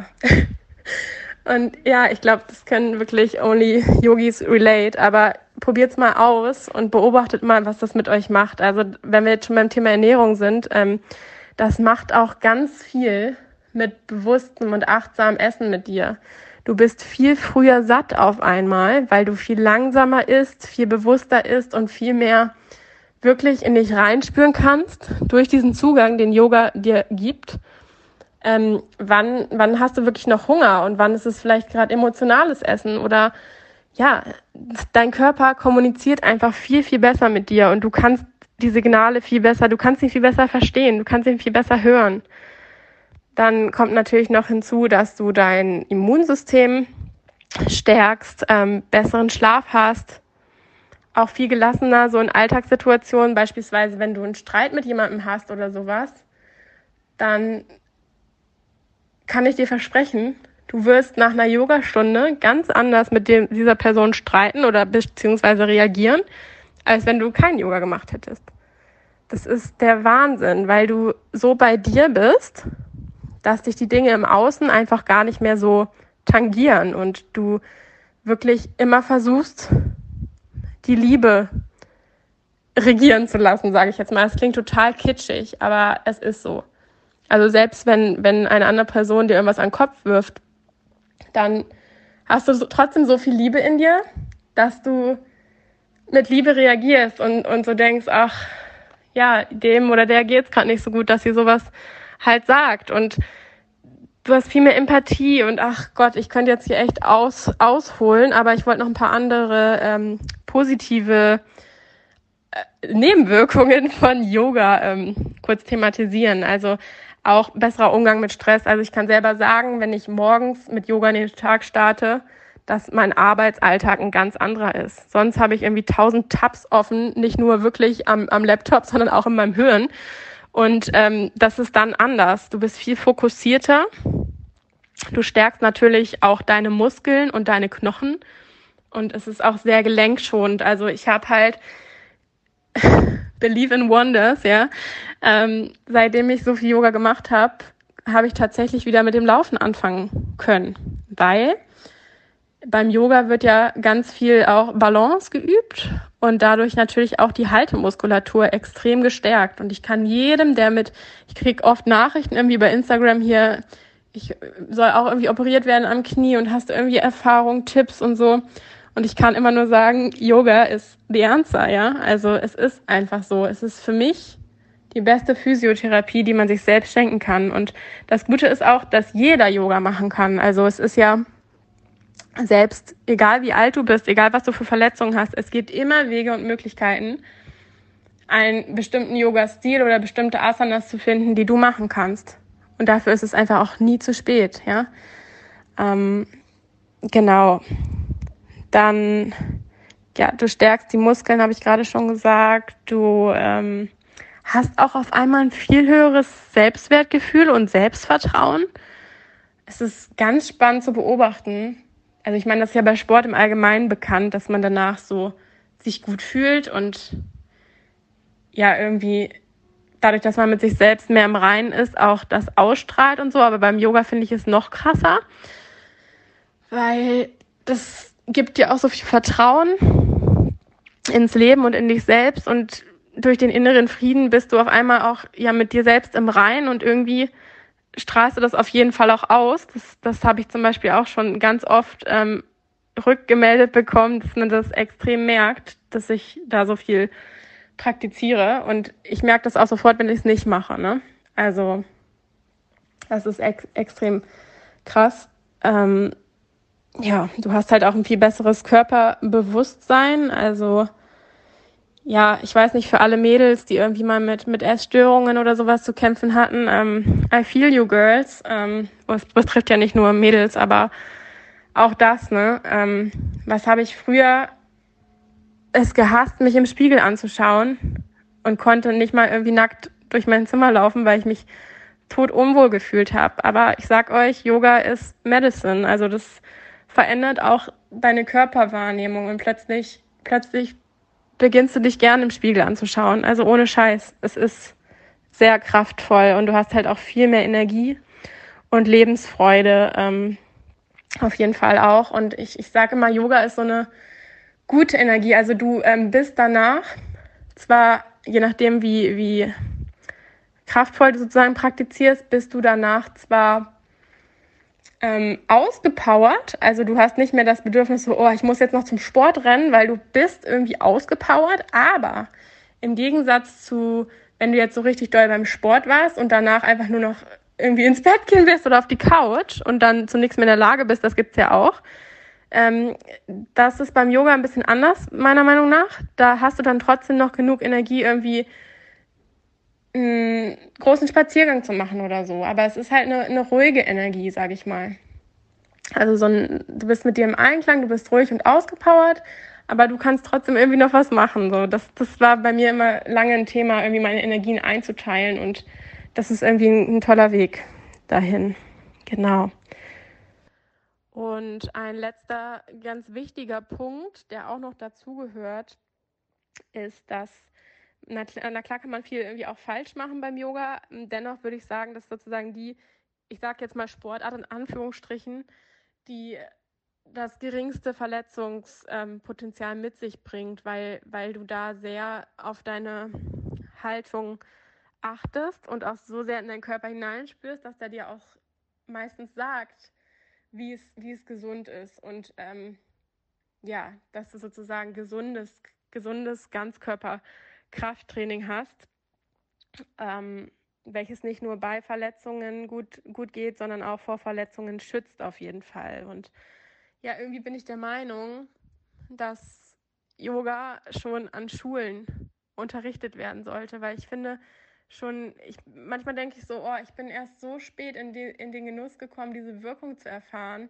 Und ja, ich glaube, das können wirklich only Yogis relate, aber probiert's mal aus und beobachtet mal, was das mit euch macht. Also wenn wir jetzt schon beim Thema Ernährung sind, ähm, das macht auch ganz viel mit bewusstem und achtsamem Essen mit dir. Du bist viel früher satt auf einmal, weil du viel langsamer isst, viel bewusster isst und viel mehr wirklich in dich reinspüren kannst durch diesen Zugang, den Yoga dir gibt. Ähm, wann, wann hast du wirklich noch Hunger und wann ist es vielleicht gerade emotionales Essen oder ja, dein Körper kommuniziert einfach viel, viel besser mit dir und du kannst die Signale viel besser, du kannst sie viel besser verstehen, du kannst sie viel besser hören. Dann kommt natürlich noch hinzu, dass du dein Immunsystem stärkst, ähm, besseren Schlaf hast, auch viel gelassener, so in Alltagssituationen, beispielsweise wenn du einen Streit mit jemandem hast oder sowas, dann kann ich dir versprechen, du wirst nach einer Yogastunde ganz anders mit dem, dieser Person streiten oder beziehungsweise reagieren, als wenn du kein Yoga gemacht hättest. Das ist der Wahnsinn, weil du so bei dir bist, dass dich die Dinge im Außen einfach gar nicht mehr so tangieren und du wirklich immer versuchst, die Liebe regieren zu lassen, sage ich jetzt mal. Es klingt total kitschig, aber es ist so. Also selbst wenn wenn eine andere Person dir irgendwas an den Kopf wirft, dann hast du so, trotzdem so viel Liebe in dir, dass du mit Liebe reagierst und und so denkst, ach, ja, dem oder der geht's gerade nicht so gut, dass sie sowas halt sagt. Und du hast viel mehr Empathie und ach Gott, ich könnte jetzt hier echt aus ausholen, aber ich wollte noch ein paar andere ähm, positive äh, Nebenwirkungen von Yoga ähm, kurz thematisieren. Also auch besserer Umgang mit Stress. Also ich kann selber sagen, wenn ich morgens mit Yoga in den Tag starte, dass mein Arbeitsalltag ein ganz anderer ist. Sonst habe ich irgendwie tausend Tabs offen, nicht nur wirklich am, am Laptop, sondern auch in meinem Hirn. Und ähm, das ist dann anders. Du bist viel fokussierter. Du stärkst natürlich auch deine Muskeln und deine Knochen. Und es ist auch sehr gelenkschonend. Also ich habe halt Believe in Wonders, ja. Ähm, seitdem ich so viel Yoga gemacht habe, habe ich tatsächlich wieder mit dem Laufen anfangen können. Weil beim Yoga wird ja ganz viel auch Balance geübt und dadurch natürlich auch die Haltemuskulatur extrem gestärkt. Und ich kann jedem, der mit, ich kriege oft Nachrichten irgendwie bei Instagram hier, ich soll auch irgendwie operiert werden am Knie und hast du irgendwie Erfahrung, Tipps und so. Und ich kann immer nur sagen, Yoga ist the answer, ja. Also es ist einfach so. Es ist für mich die beste Physiotherapie, die man sich selbst schenken kann. Und das Gute ist auch, dass jeder Yoga machen kann. Also es ist ja selbst, egal wie alt du bist, egal was du für Verletzungen hast, es gibt immer Wege und Möglichkeiten, einen bestimmten Yoga-Stil oder bestimmte Asanas zu finden, die du machen kannst. Und dafür ist es einfach auch nie zu spät, ja. Ähm, genau. Dann, ja, du stärkst die Muskeln, habe ich gerade schon gesagt. Du ähm, hast auch auf einmal ein viel höheres Selbstwertgefühl und Selbstvertrauen. Es ist ganz spannend zu beobachten. Also ich meine, das ist ja bei Sport im Allgemeinen bekannt, dass man danach so sich gut fühlt und ja irgendwie dadurch, dass man mit sich selbst mehr im Reinen ist, auch das ausstrahlt und so. Aber beim Yoga finde ich es noch krasser, weil das gibt dir auch so viel Vertrauen ins Leben und in dich selbst und durch den inneren Frieden bist du auf einmal auch ja mit dir selbst im Reinen und irgendwie strahlst du das auf jeden Fall auch aus. Das, das habe ich zum Beispiel auch schon ganz oft ähm, rückgemeldet bekommen, dass man das extrem merkt, dass ich da so viel praktiziere. Und ich merke das auch sofort, wenn ich es nicht mache. Ne? Also das ist ex- extrem krass. Ähm, ja, du hast halt auch ein viel besseres Körperbewusstsein. Also ja, ich weiß nicht, für alle Mädels, die irgendwie mal mit mit Essstörungen oder sowas zu kämpfen hatten, ähm, I feel you girls. Ähm, das betrifft ja nicht nur Mädels, aber auch das, ne? Ähm, was habe ich früher es gehasst, mich im Spiegel anzuschauen und konnte nicht mal irgendwie nackt durch mein Zimmer laufen, weil ich mich tot unwohl gefühlt habe. Aber ich sag euch, Yoga ist Medicine. Also das verändert auch deine Körperwahrnehmung und plötzlich, plötzlich beginnst du dich gern im Spiegel anzuschauen. Also ohne Scheiß. Es ist sehr kraftvoll und du hast halt auch viel mehr Energie und Lebensfreude ähm, auf jeden Fall auch. Und ich, ich sage immer, Yoga ist so eine gute Energie. Also du ähm, bist danach zwar, je nachdem wie, wie kraftvoll du sozusagen praktizierst, bist du danach zwar ähm, ausgepowert, also du hast nicht mehr das Bedürfnis so, oh, ich muss jetzt noch zum Sport rennen, weil du bist irgendwie ausgepowert, aber im Gegensatz zu, wenn du jetzt so richtig doll beim Sport warst und danach einfach nur noch irgendwie ins Bett gehen wirst oder auf die Couch und dann zu nichts mehr in der Lage bist, das gibt's ja auch. Ähm, das ist beim Yoga ein bisschen anders, meiner Meinung nach. Da hast du dann trotzdem noch genug Energie, irgendwie einen großen Spaziergang zu machen oder so. Aber es ist halt eine, eine ruhige Energie, sage ich mal. Also so ein, du bist mit dir im Einklang, du bist ruhig und ausgepowert, aber du kannst trotzdem irgendwie noch was machen. So, das, das war bei mir immer lange ein Thema, irgendwie meine Energien einzuteilen und das ist irgendwie ein, ein toller Weg dahin. Genau. Und ein letzter ganz wichtiger Punkt, der auch noch dazugehört, ist, dass, na, na klar kann man viel irgendwie auch falsch machen beim Yoga, dennoch würde ich sagen, dass sozusagen die, ich sage jetzt mal Sportart in Anführungsstrichen, die das geringste Verletzungspotenzial ähm, mit sich bringt, weil, weil du da sehr auf deine Haltung achtest und auch so sehr in deinen Körper hineinspürst, dass der dir auch meistens sagt, wie es, wie es gesund ist und ähm, ja, dass du sozusagen gesundes, gesundes Ganzkörper-Krafttraining hast, ähm, welches nicht nur bei Verletzungen gut, gut geht, sondern auch vor Verletzungen schützt auf jeden Fall. Und ja, irgendwie bin ich der Meinung, dass Yoga schon an Schulen unterrichtet werden sollte, weil ich finde schon, ich, manchmal denke ich so, oh, ich bin erst so spät in, die, in den Genuss gekommen, diese Wirkung zu erfahren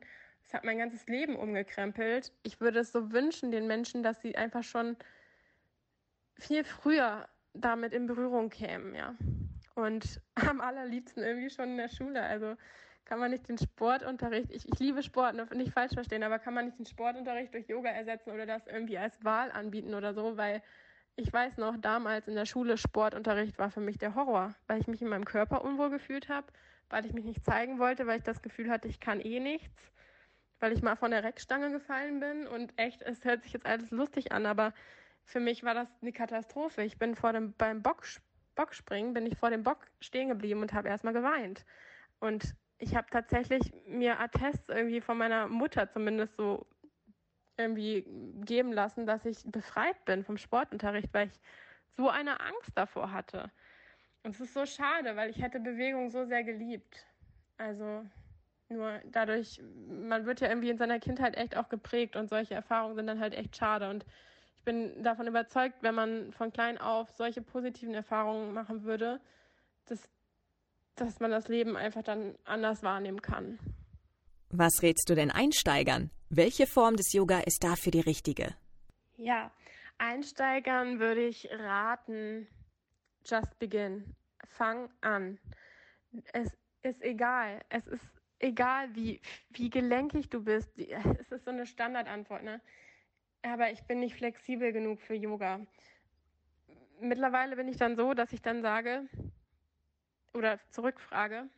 es hat mein ganzes Leben umgekrempelt. Ich würde es so wünschen den Menschen, dass sie einfach schon viel früher damit in Berührung kämen, ja. Und am allerliebsten irgendwie schon in der Schule. Also kann man nicht den Sportunterricht, ich, ich liebe Sport, nicht falsch verstehen, aber kann man nicht den Sportunterricht durch Yoga ersetzen oder das irgendwie als Wahl anbieten oder so, weil ich weiß noch, damals in der Schule, Sportunterricht war für mich der Horror, weil ich mich in meinem Körper unwohl gefühlt habe, weil ich mich nicht zeigen wollte, weil ich das Gefühl hatte, ich kann eh nichts, weil ich mal von der Reckstange gefallen bin und echt, es hört sich jetzt alles lustig an, aber für mich war das eine Katastrophe. Ich bin vor dem, beim Bock, Bockspringen, bin ich vor dem Bock stehen geblieben und habe erstmal geweint. Und ich habe tatsächlich mir Attests irgendwie von meiner Mutter zumindest so irgendwie geben lassen, dass ich befreit bin vom Sportunterricht, weil ich so eine Angst davor hatte. Und es ist so schade, weil ich hätte Bewegung so sehr geliebt. Also nur dadurch, man wird ja irgendwie in seiner Kindheit echt auch geprägt und solche Erfahrungen sind dann halt echt schade. Und ich bin davon überzeugt, wenn man von klein auf solche positiven Erfahrungen machen würde, dass, dass man das Leben einfach dann anders wahrnehmen kann.
Was rätst du denn Einsteigern? Welche Form des Yoga ist dafür die richtige?
Ja, Einsteigern würde ich raten, just begin. Fang an. Es ist egal. Es ist egal, wie, wie gelenkig du bist. Es ist so eine Standardantwort, ne? Aber ich bin nicht flexibel genug für Yoga. Mittlerweile bin ich dann so, dass ich dann sage oder zurückfrage,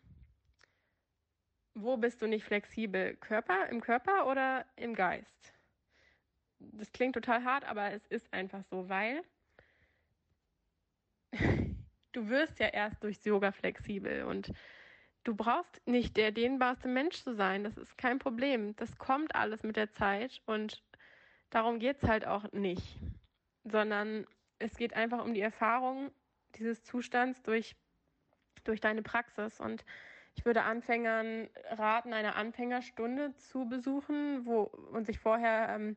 wo bist du nicht flexibel? Körper, im Körper oder im Geist? Das klingt total hart, aber es ist einfach so, weil du wirst ja erst durchs Yoga flexibel und du brauchst nicht der dehnbarste Mensch zu sein. Das ist kein Problem. Das kommt alles mit der Zeit und darum geht's halt auch nicht, sondern es geht einfach um die Erfahrung dieses Zustands durch, durch deine Praxis. Und ich würde Anfängern raten, eine Anfängerstunde zu besuchen, wo und sich vorher ähm,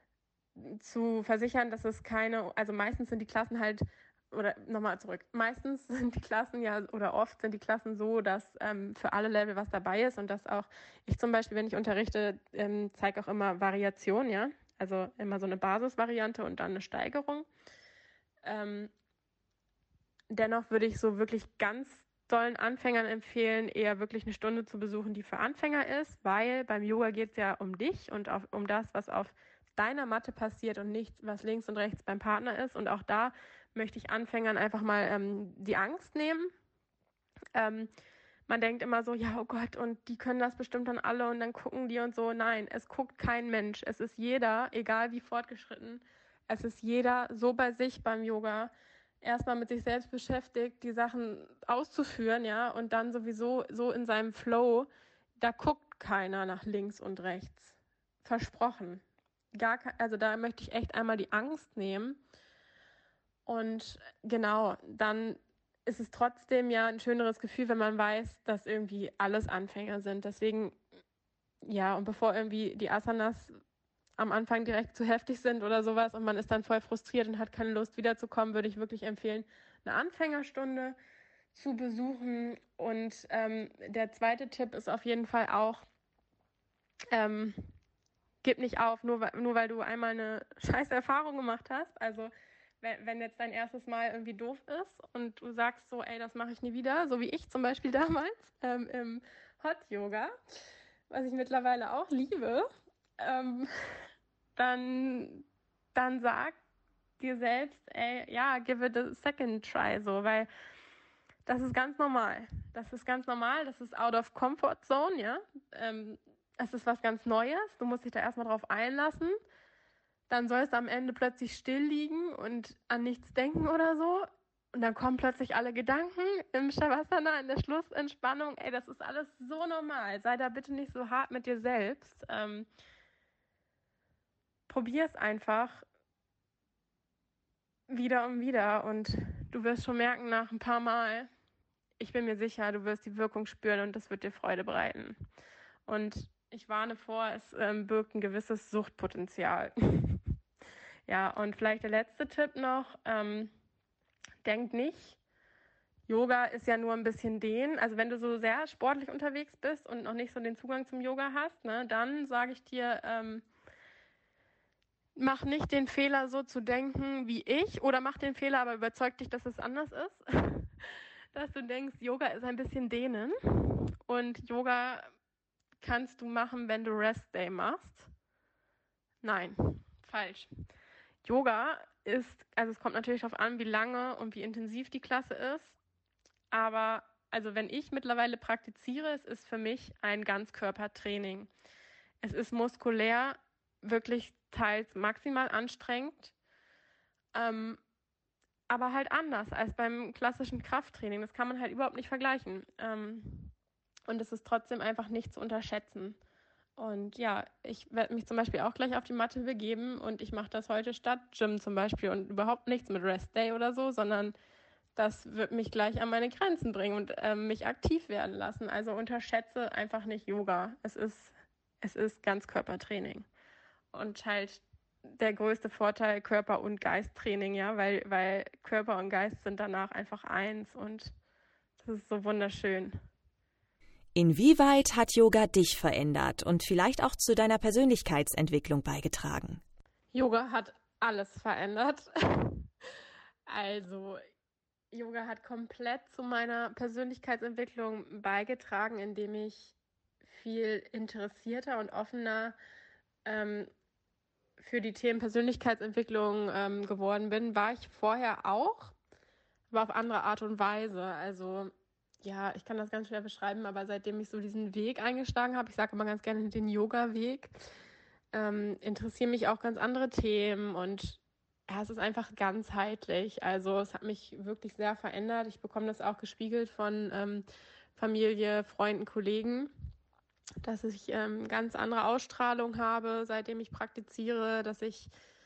zu versichern, dass es keine, also meistens sind die Klassen halt, oder nochmal zurück, meistens sind die Klassen ja, oder oft sind die Klassen so, dass ähm, für alle Level was dabei ist und dass auch, ich zum Beispiel, wenn ich unterrichte, ähm, zeige auch immer Variation, ja, also immer so eine Basisvariante und dann eine Steigerung. Ähm, dennoch würde ich so wirklich ganz dollen Anfängern empfehlen, eher wirklich eine Stunde zu besuchen, die für Anfänger ist, weil beim Yoga geht es ja um dich und auf, um das, was auf deiner Matte passiert und nicht, was links und rechts beim Partner ist. Und auch da möchte ich Anfängern einfach mal ähm, die Angst nehmen. Ähm, man denkt immer so, ja, oh Gott, und die können das bestimmt dann alle und dann gucken die und so. Nein, es guckt kein Mensch. Es ist jeder, egal wie fortgeschritten, es ist jeder so bei sich beim Yoga, erstmal mit sich selbst beschäftigt, die Sachen auszuführen, ja, und dann sowieso so in seinem Flow, da guckt keiner nach links und rechts. Versprochen. Gar kein, also da möchte ich echt einmal die Angst nehmen. Und genau, dann ist es trotzdem ja ein schöneres Gefühl, wenn man weiß, dass irgendwie alles Anfänger sind. Deswegen, ja, und bevor irgendwie die Asanas am Anfang direkt zu heftig sind oder sowas und man ist dann voll frustriert und hat keine Lust wiederzukommen, würde ich wirklich empfehlen, eine Anfängerstunde zu besuchen. Und ähm, der zweite Tipp ist auf jeden Fall auch, ähm, gib nicht auf, nur, nur weil du einmal eine scheiß Erfahrung gemacht hast. Also wenn, wenn jetzt dein erstes Mal irgendwie doof ist und du sagst so, ey, das mache ich nie wieder, so wie ich zum Beispiel damals ähm, im Hot Yoga, was ich mittlerweile auch liebe, ähm, dann, dann sag dir selbst, ey, ja, give it a second try, so, weil das ist ganz normal. Das ist ganz normal, das ist out of comfort zone, ja. Ähm, es ist was ganz Neues, du musst dich da erstmal drauf einlassen. Dann sollst du am Ende plötzlich still liegen und an nichts denken oder so. Und dann kommen plötzlich alle Gedanken im Shavasana, in der Schlussentspannung. Ey, das ist alles so normal. Sei da bitte nicht so hart mit dir selbst. Ähm, Probier es einfach wieder und wieder und du wirst schon merken, nach ein paar Mal, ich bin mir sicher, du wirst die Wirkung spüren und das wird dir Freude bereiten. Und ich warne vor, es ähm, birgt ein gewisses Suchtpotenzial. Ja, und vielleicht der letzte Tipp noch, ähm, denkt nicht, Yoga ist ja nur ein bisschen dehnen. Also wenn du so sehr sportlich unterwegs bist und noch nicht so den Zugang zum Yoga hast, ne, dann sage ich dir, ähm, mach nicht den Fehler, so zu denken wie ich, oder mach den Fehler, aber überzeug dich, dass es anders ist. Dass du denkst, Yoga ist ein bisschen dehnen und Yoga kannst du machen, wenn du Rest Day machst. Nein, falsch. Yoga ist, also es kommt natürlich darauf an, wie lange und wie intensiv die Klasse ist. Aber also wenn ich mittlerweile praktiziere, es ist für mich ein Ganzkörpertraining. Es ist muskulär wirklich teils maximal anstrengend, ähm, aber halt anders als beim klassischen Krafttraining. Das kann man halt überhaupt nicht vergleichen. Ähm, und es ist trotzdem einfach nicht zu unterschätzen. Und ja, ich werde mich zum Beispiel auch gleich auf die Matte begeben und ich mache das heute statt Gym zum Beispiel und überhaupt nichts mit Rest Day oder so, sondern das wird mich gleich an meine Grenzen bringen und äh, mich aktiv werden lassen. Also unterschätze einfach nicht Yoga. Es ist, es ist Ganzkörpertraining. Und halt der größte Vorteil Körper- und Geisttraining, ja, weil, weil Körper und Geist sind danach einfach eins und das ist so wunderschön.
Inwieweit hat Yoga dich verändert und vielleicht auch zu deiner Persönlichkeitsentwicklung beigetragen?
Yoga hat alles verändert. Also, Yoga hat komplett zu meiner Persönlichkeitsentwicklung beigetragen, indem ich viel interessierter und offener ähm, für die Themen Persönlichkeitsentwicklung ähm, geworden bin. War ich vorher auch, aber auf andere Art und Weise. Also ja, ich kann das ganz schwer beschreiben, aber seitdem ich so diesen Weg eingeschlagen habe, ich sage immer ganz gerne den Yoga-Weg, ähm, interessieren mich auch ganz andere Themen und ja, es ist einfach ganzheitlich. Also es hat mich wirklich sehr verändert. Ich bekomme das auch gespiegelt von ähm, Familie, Freunden, Kollegen, dass ich ähm, ganz andere Ausstrahlung habe, seitdem ich praktiziere, dass ich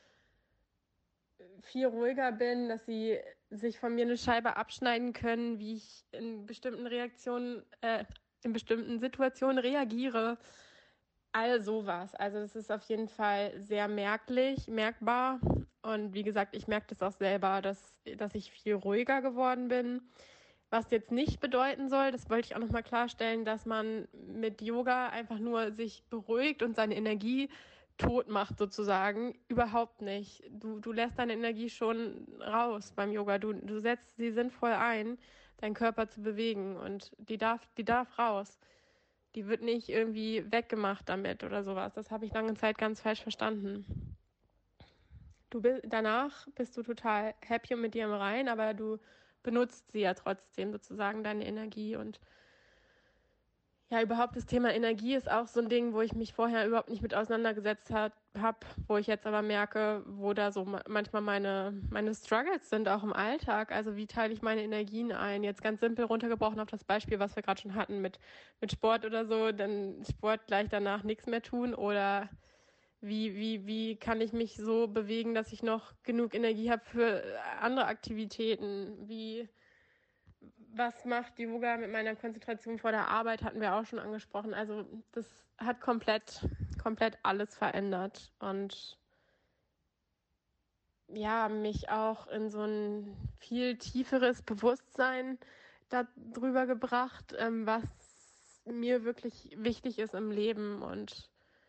viel ruhiger bin, dass sie sich von mir eine Scheibe abschneiden können, wie ich in bestimmten Reaktionen, äh, in bestimmten Situationen reagiere. All sowas. Also das ist auf jeden Fall sehr merklich, merkbar. Und wie gesagt, ich merke das auch selber, dass, dass ich viel ruhiger geworden bin. Was jetzt nicht bedeuten soll, das wollte ich auch nochmal klarstellen, dass man mit Yoga einfach nur sich beruhigt und seine Energie tot macht sozusagen. Überhaupt nicht. Du, du lässt deine Energie schon raus beim Yoga. Du, du setzt sie sinnvoll ein, deinen Körper zu bewegen und die darf, die darf raus. Die wird nicht irgendwie weggemacht damit oder sowas. Das habe ich lange Zeit ganz falsch verstanden. Du bist, danach bist du total happy und mit dir im Reinen, aber du benutzt sie ja trotzdem sozusagen, deine Energie. Und ja, überhaupt das Thema Energie ist auch so ein Ding, wo ich mich vorher überhaupt nicht mit auseinandergesetzt habe, wo ich jetzt aber merke, wo da so manchmal meine meine Struggles sind, auch im Alltag. Also wie teile ich meine Energien ein? Jetzt ganz simpel runtergebrochen auf das Beispiel, was wir gerade schon hatten mit mit Sport oder so, dann Sport gleich danach nichts mehr tun oder wie wie wie kann ich mich so bewegen, dass ich noch genug Energie habe für andere Aktivitäten? Wie Was macht Yoga mit meiner Konzentration vor der Arbeit, hatten wir auch schon angesprochen. Also das hat komplett, komplett alles verändert und ja, mich auch in so ein viel tieferes Bewusstsein darüber gebracht, ähm, was mir wirklich wichtig ist im Leben und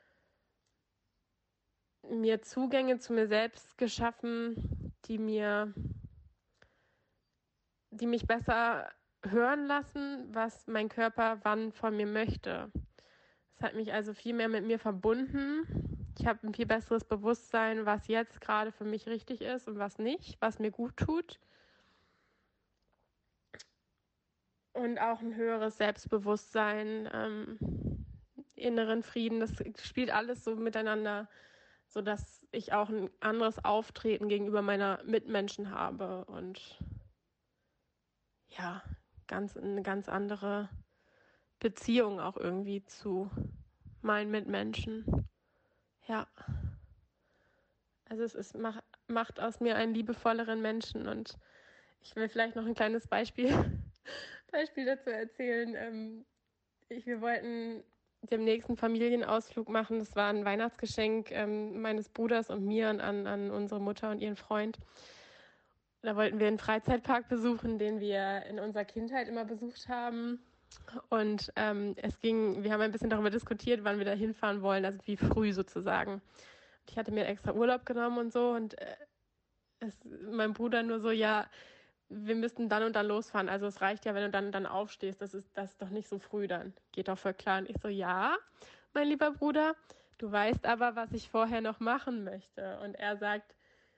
mir Zugänge zu mir selbst geschaffen, die mir, die mich besser hören lassen, was mein Körper wann von mir möchte. Es hat mich also viel mehr mit mir verbunden. Ich habe ein viel besseres Bewusstsein, was jetzt gerade für mich richtig ist und was nicht, was mir gut tut. Und auch ein höheres Selbstbewusstsein, ähm, inneren Frieden. Das spielt alles so miteinander, sodass ich auch ein anderes Auftreten gegenüber meiner Mitmenschen habe und ja, ganz eine ganz andere Beziehung auch irgendwie zu meinen Mitmenschen. Ja. Also es ist, macht, macht aus mir einen liebevolleren Menschen und ich will vielleicht noch ein kleines Beispiel, Beispiel dazu erzählen. Ähm, ich, wir wollten den nächsten Familienausflug machen. Das war ein Weihnachtsgeschenk ähm, meines Bruders und mir an, an unsere Mutter und ihren Freund. Da wollten wir einen Freizeitpark besuchen, den wir in unserer Kindheit immer besucht haben. Und ähm, es ging, wir haben ein bisschen darüber diskutiert, wann wir da hinfahren wollen, also wie früh sozusagen. Und ich hatte mir extra Urlaub genommen und so und äh, es, mein Bruder nur so, ja, wir müssten dann und dann losfahren. Also es reicht ja, wenn du dann und dann aufstehst. Das ist, das ist doch nicht so früh dann. Geht doch voll klar. Und ich so, ja, mein lieber Bruder, du weißt aber, was ich vorher noch machen möchte. Und er sagt,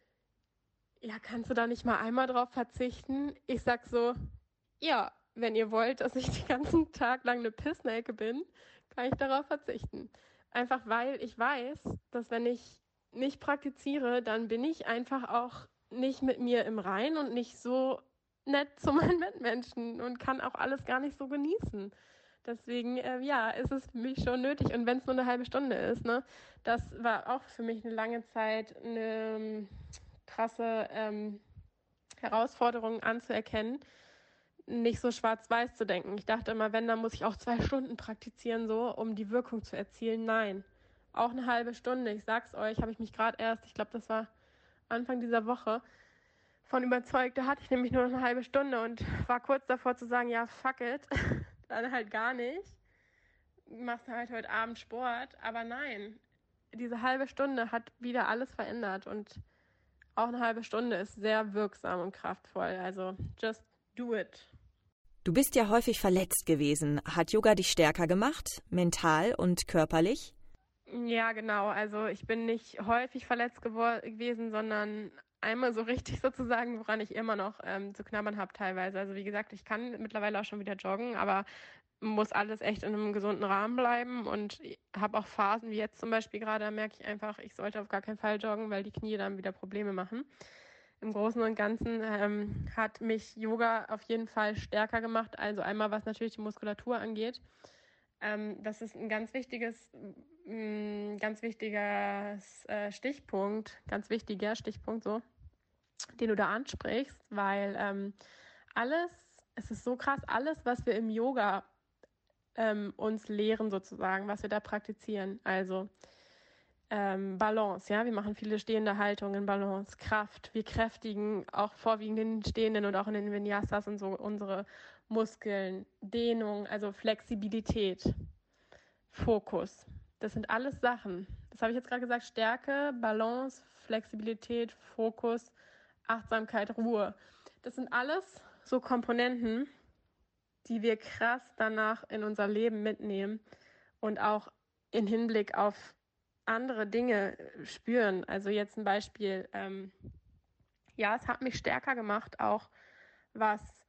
ja, kannst du da nicht mal einmal drauf verzichten? Ich sag so, ja, wenn ihr wollt, dass ich den ganzen Tag lang eine Pissnelke bin, kann ich darauf verzichten. Einfach weil ich weiß, dass wenn ich nicht praktiziere, dann bin ich einfach auch nicht mit mir im Reinen und nicht so nett zu meinen Mitmenschen und kann auch alles gar nicht so genießen. Deswegen, äh, ja, ist es für mich schon nötig. Und wenn es nur eine halbe Stunde ist, ne, das war auch für mich eine lange Zeit eine ähm, krasse ähm, Herausforderung anzuerkennen, nicht so schwarz-weiß zu denken. Ich dachte immer, wenn, dann muss ich auch zwei Stunden praktizieren, so, um die Wirkung zu erzielen. Nein, auch eine halbe Stunde. Ich sag's euch, habe ich mich gerade erst, ich glaube, das war Anfang dieser Woche, von überzeugt. Da hatte ich nämlich nur noch eine halbe Stunde und war kurz davor zu sagen, ja, fuck it, dann halt gar nicht. Machst halt heute Abend Sport, aber nein, diese halbe Stunde hat wieder alles verändert und auch eine halbe Stunde ist sehr wirksam und kraftvoll. Also just do it.
Du bist ja häufig verletzt gewesen. Hat Yoga dich stärker gemacht, mental und körperlich?
Ja, genau. Also ich bin nicht häufig verletzt gewor- gewesen, sondern einmal so richtig sozusagen, woran ich immer noch ähm, zu knabbern habe teilweise. Also wie gesagt, ich kann mittlerweile auch schon wieder joggen, aber muss alles echt in einem gesunden Rahmen bleiben und habe auch Phasen wie jetzt zum Beispiel gerade, da merke ich einfach, ich sollte auf gar keinen Fall joggen, weil die Knie dann wieder Probleme machen. Im Großen und Ganzen ähm, hat mich Yoga auf jeden Fall stärker gemacht, also einmal was natürlich die Muskulatur angeht. Ähm, das ist ein ganz wichtiges, mh, ganz wichtiges äh, Stichpunkt, ganz wichtiger Stichpunkt so, den du da ansprichst, weil ähm, alles, es ist so krass, alles, was wir im Yoga ähm, uns lehren sozusagen, was wir da praktizieren. Also ähm, Balance, ja, wir machen viele stehende Haltungen, Balance, Kraft. Wir kräftigen auch vorwiegend in den Stehenden und auch in den Vinyasas und so unsere Muskeln, Dehnung, also Flexibilität, Fokus. Das sind alles Sachen. Das habe ich jetzt gerade gesagt, Stärke, Balance, Flexibilität, Fokus, Achtsamkeit, Ruhe. Das sind alles so Komponenten, die wir krass danach in unser Leben mitnehmen und auch in Hinblick auf andere Dinge spüren. Also jetzt ein Beispiel, ähm, ja, es hat mich stärker gemacht, auch was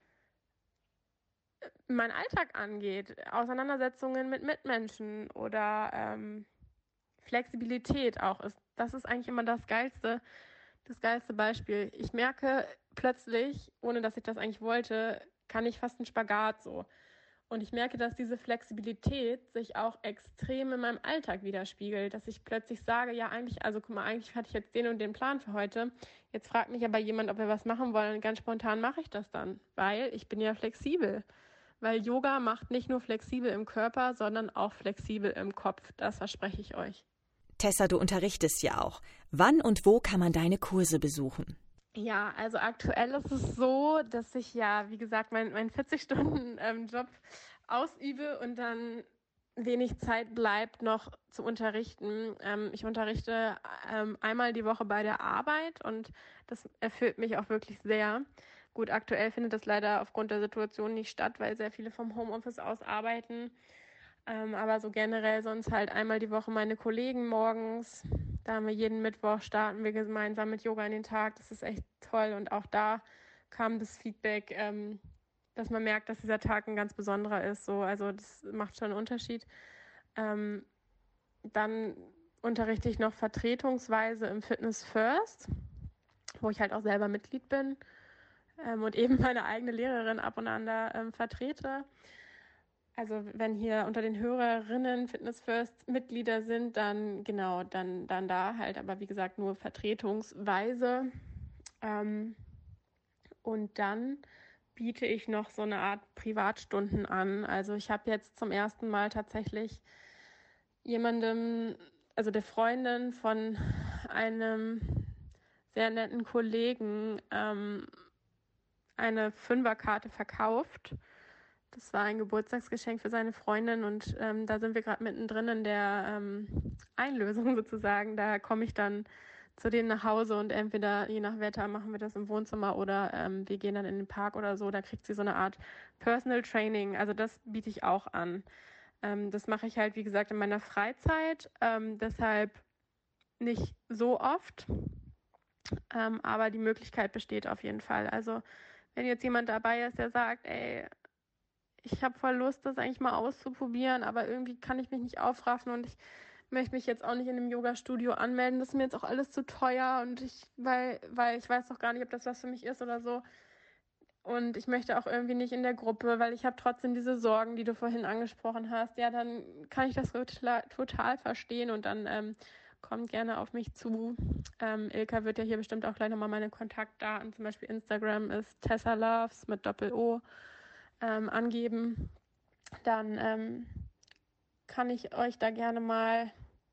mein Alltag angeht, Auseinandersetzungen mit Mitmenschen oder ähm, Flexibilität auch ist. Das ist eigentlich immer das geilste, das geilste Beispiel. Ich merke plötzlich, ohne dass ich das eigentlich wollte, kann ich fast einen Spagat so. Und ich merke, dass diese Flexibilität sich auch extrem in meinem Alltag widerspiegelt, dass ich plötzlich sage, ja eigentlich, also guck mal, eigentlich hatte ich jetzt den und den Plan für heute. Jetzt fragt mich aber jemand, ob wir was machen wollen und ganz spontan mache ich das dann, weil ich bin ja flexibel. Weil Yoga macht nicht nur flexibel im Körper, sondern auch flexibel im Kopf. Das verspreche ich euch.
Tessa, du unterrichtest ja auch. Wann und wo kann man deine Kurse besuchen?
Ja, also aktuell ist es so, dass ich ja, wie gesagt, meinen mein vierzig-Stunden-Job ausübe und dann wenig Zeit bleibt, noch zu unterrichten. Ähm, ich unterrichte ähm, einmal die Woche bei der Arbeit und das erfüllt mich auch wirklich sehr. Gut, aktuell findet das leider aufgrund der Situation nicht statt, weil sehr viele vom Homeoffice aus arbeiten. Ähm, aber so generell sonst halt einmal die Woche meine Kollegen morgens. Da haben wir jeden Mittwoch, starten wir gemeinsam mit Yoga in den Tag. Das ist echt toll. Und auch da kam das Feedback, ähm, dass man merkt, dass dieser Tag ein ganz besonderer ist. So, also das macht schon einen Unterschied. Ähm, dann unterrichte ich noch vertretungsweise im Fitness First, wo ich halt auch selber Mitglied bin ähm, und eben meine eigene Lehrerin ab und an da ähm, vertrete. Also wenn hier unter den Hörerinnen Fitness First Mitglieder sind, dann genau, dann, dann da halt, aber wie gesagt nur vertretungsweise. Ähm, und dann biete ich noch so eine Art Privatstunden an. Also ich habe jetzt zum ersten Mal tatsächlich jemandem, also der Freundin von einem sehr netten Kollegen, ähm, eine Fünferkarte verkauft. Das war ein Geburtstagsgeschenk für seine Freundin und ähm, da sind wir gerade mittendrin in der ähm, Einlösung sozusagen. Da komme ich dann zu denen nach Hause und entweder, je nach Wetter, machen wir das im Wohnzimmer oder ähm, wir gehen dann in den Park oder so. Da kriegt sie so eine Art Personal Training. Also das biete ich auch an. Ähm, das mache ich halt, wie gesagt, in meiner Freizeit. Ähm, deshalb nicht so oft. Ähm, aber die Möglichkeit besteht auf jeden Fall. Also wenn jetzt jemand dabei ist, der sagt, ey, ich habe voll Lust, das eigentlich mal auszuprobieren, aber irgendwie kann ich mich nicht aufraffen und ich möchte mich jetzt auch nicht in einem Yoga-Studio anmelden. Das ist mir jetzt auch alles zu teuer und ich, weil, weil ich weiß doch gar nicht, ob das was für mich ist oder so. Und ich möchte auch irgendwie nicht in der Gruppe, weil ich habe trotzdem diese Sorgen, die du vorhin angesprochen hast. Ja, dann kann ich das total, total verstehen und dann ähm, kommt gerne auf mich zu. Ähm, Ilka wird ja hier bestimmt auch gleich nochmal meine Kontaktdaten, zum Beispiel Instagram ist Tessa Loves mit Doppel-O. Ähm, angeben, dann ähm, kann ich euch da gerne mal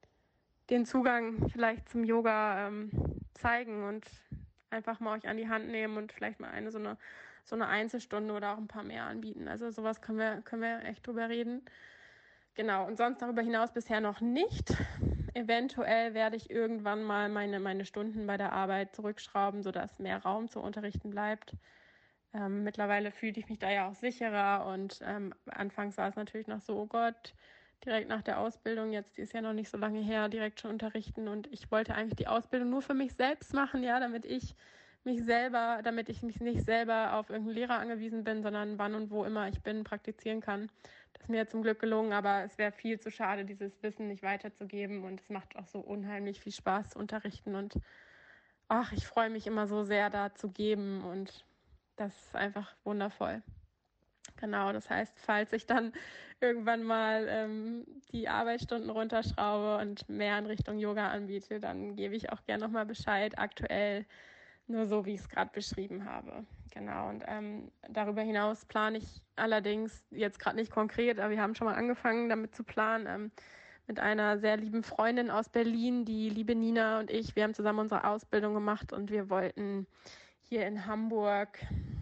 den Zugang vielleicht zum Yoga ähm, zeigen und einfach mal euch an die Hand nehmen und vielleicht mal eine so eine so eine Einzelstunde oder auch ein paar mehr anbieten. Also sowas können wir können wir echt drüber reden. Genau, und sonst darüber hinaus bisher noch nicht. Eventuell werde ich irgendwann mal meine meine Stunden bei der Arbeit zurückschrauben, sodass mehr Raum zu unterrichten bleibt. Ähm, mittlerweile fühlte ich mich da ja auch sicherer und ähm, anfangs war es natürlich noch so, oh Gott, direkt nach der Ausbildung, jetzt die ist ja noch nicht so lange her, direkt schon unterrichten und ich wollte eigentlich die Ausbildung nur für mich selbst machen, ja, damit ich mich selber, damit ich mich nicht selber auf irgendeinen Lehrer angewiesen bin, sondern wann und wo immer ich bin, praktizieren kann. Das ist mir zum Glück gelungen, aber es wäre viel zu schade, dieses Wissen nicht weiterzugeben und es macht auch so unheimlich viel Spaß zu unterrichten und ach, ich freue mich immer so sehr, da zu geben und das ist einfach wundervoll. Genau, das heißt, falls ich dann irgendwann mal ähm, die Arbeitsstunden runterschraube und mehr in Richtung Yoga anbiete, dann gebe ich auch gerne nochmal Bescheid. Aktuell nur so, wie ich es gerade beschrieben habe. Genau, und ähm, darüber hinaus plane ich allerdings jetzt gerade nicht konkret, aber wir haben schon mal angefangen damit zu planen, ähm, mit einer sehr lieben Freundin aus Berlin, die liebe Nina und ich, wir haben zusammen unsere Ausbildung gemacht und wir wollten hier in Hamburg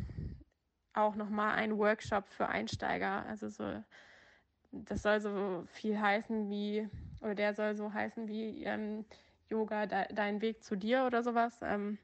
auch nochmal einen Workshop für Einsteiger. Also so, das soll so viel heißen wie, oder der soll so heißen wie ähm, Yoga, de, dein Weg zu dir oder sowas, ähm,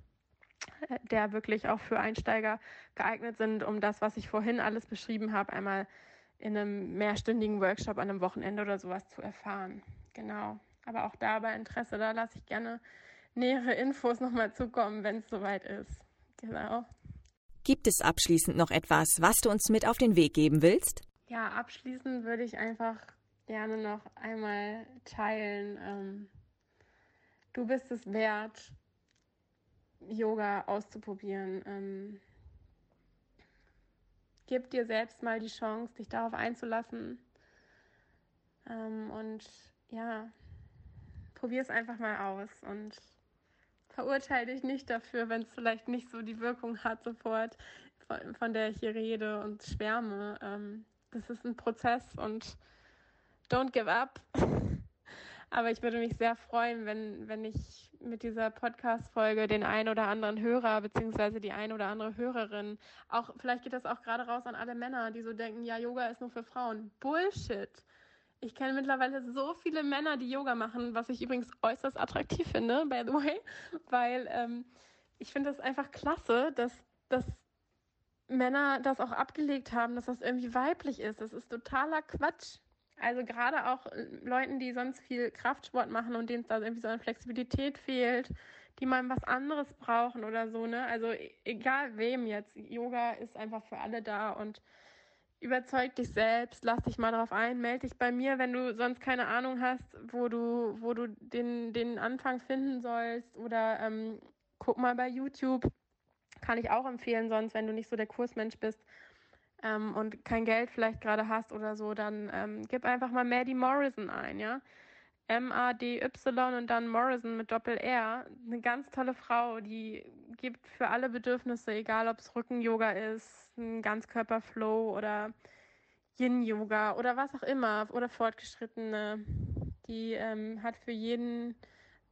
der wirklich auch für Einsteiger geeignet sind, um das, was ich vorhin alles beschrieben habe, einmal in einem mehrstündigen Workshop an einem Wochenende oder sowas zu erfahren. Genau. Aber auch da bei Interesse, da lasse ich gerne nähere Infos nochmal zukommen, wenn es soweit ist. Genau.
Gibt es abschließend noch etwas, was du uns mit auf den Weg geben willst?
Ja, abschließend würde ich einfach gerne noch einmal teilen. Ähm, du bist es wert, Yoga auszuprobieren. Ähm, gib dir selbst mal die Chance, dich darauf einzulassen. Ähm, und ja, probier es einfach mal aus und verurteile dich nicht dafür, wenn es vielleicht nicht so die Wirkung hat sofort, von, von der ich hier rede und schwärme. Ähm, das ist ein Prozess und don't give up. Aber ich würde mich sehr freuen, wenn, wenn ich mit dieser Podcast-Folge den einen oder anderen Hörer beziehungsweise die ein oder andere Hörerin, auch vielleicht geht das auch gerade raus an alle Männer, die so denken, ja, Yoga ist nur für Frauen. Bullshit. Ich kenne mittlerweile so viele Männer, die Yoga machen, was ich übrigens äußerst attraktiv finde, by the way, weil ähm, ich finde das einfach klasse, dass, dass Männer das auch abgelegt haben, dass das irgendwie weiblich ist. Das ist totaler Quatsch. Also gerade auch Leuten, die sonst viel Kraftsport machen und denen da irgendwie so eine Flexibilität fehlt, die mal was anderes brauchen oder so, ne? Also egal wem jetzt, Yoga ist einfach für alle da und überzeug dich selbst, lass dich mal drauf ein, melde dich bei mir, wenn du sonst keine Ahnung hast, wo du, wo du den, den Anfang finden sollst oder ähm, guck mal bei YouTube, kann ich auch empfehlen, sonst, wenn du nicht so der Kursmensch bist ähm, und kein Geld vielleicht gerade hast oder so, dann ähm, gib einfach mal Maddie Morrison ein, ja. M A D Y und dann Morrison mit Doppel-R. Eine ganz tolle Frau, die gibt für alle Bedürfnisse, egal ob es Rücken-Yoga ist, ein Ganzkörper-Flow oder Yin-Yoga oder was auch immer oder Fortgeschrittene. Die ähm, hat für jeden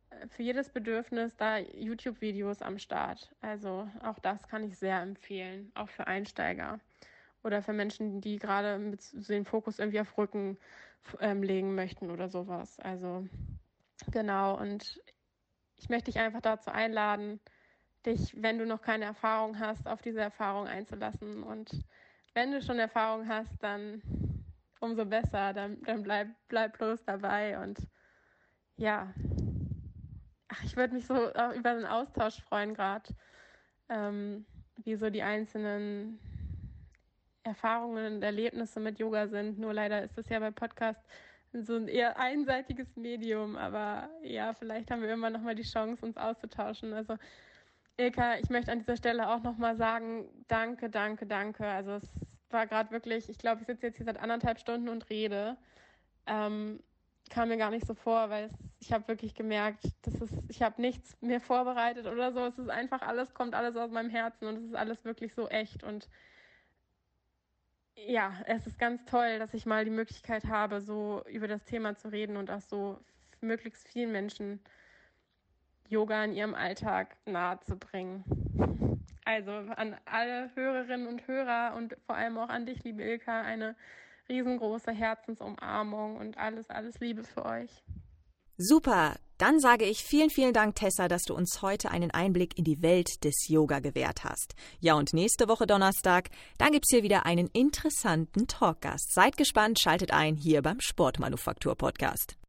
für jedes Bedürfnis da YouTube-Videos am Start. Also auch das kann ich sehr empfehlen, auch für Einsteiger oder für Menschen, die gerade mit den Fokus irgendwie auf Rücken ähm, legen möchten oder sowas. Also genau, und ich möchte dich einfach dazu einladen, dich, wenn du noch keine Erfahrung hast, auf diese Erfahrung einzulassen. Und wenn du schon Erfahrung hast, dann umso besser, dann, dann bleib, bleib bloß dabei. Und ja, ach, ich würde mich so über den Austausch freuen gerade, ähm, wie so die einzelnen Erfahrungen und Erlebnisse mit Yoga sind. Nur leider ist es ja bei Podcast so ein eher einseitiges Medium, aber ja, vielleicht haben wir immer noch mal die Chance, uns auszutauschen. Also Ilka, ich möchte an dieser Stelle auch noch mal sagen, danke, danke, danke. Also es war gerade wirklich, ich glaube, ich sitze jetzt hier seit anderthalb Stunden und rede. Ähm, kam mir gar nicht so vor, weil es, ich habe wirklich gemerkt, das ist, ich habe nichts mehr vorbereitet oder so. Es ist einfach alles, kommt alles aus meinem Herzen und es ist alles wirklich so echt. Und ja, es ist ganz toll, dass ich mal die Möglichkeit habe, so über das Thema zu reden und auch so möglichst vielen Menschen Yoga in ihrem Alltag nahe zu bringen. Also an alle Hörerinnen und Hörer und vor allem auch an dich, liebe Ilka, eine riesengroße Herzensumarmung und alles, alles Liebe für euch.
Super, dann sage ich vielen, vielen Dank, Tessa, dass du uns heute einen Einblick in die Welt des Yoga gewährt hast. Ja, und nächste Woche Donnerstag, dann gibt's hier wieder einen interessanten Talkgast. Seid gespannt, schaltet ein hier beim Sportmanufaktur-Podcast.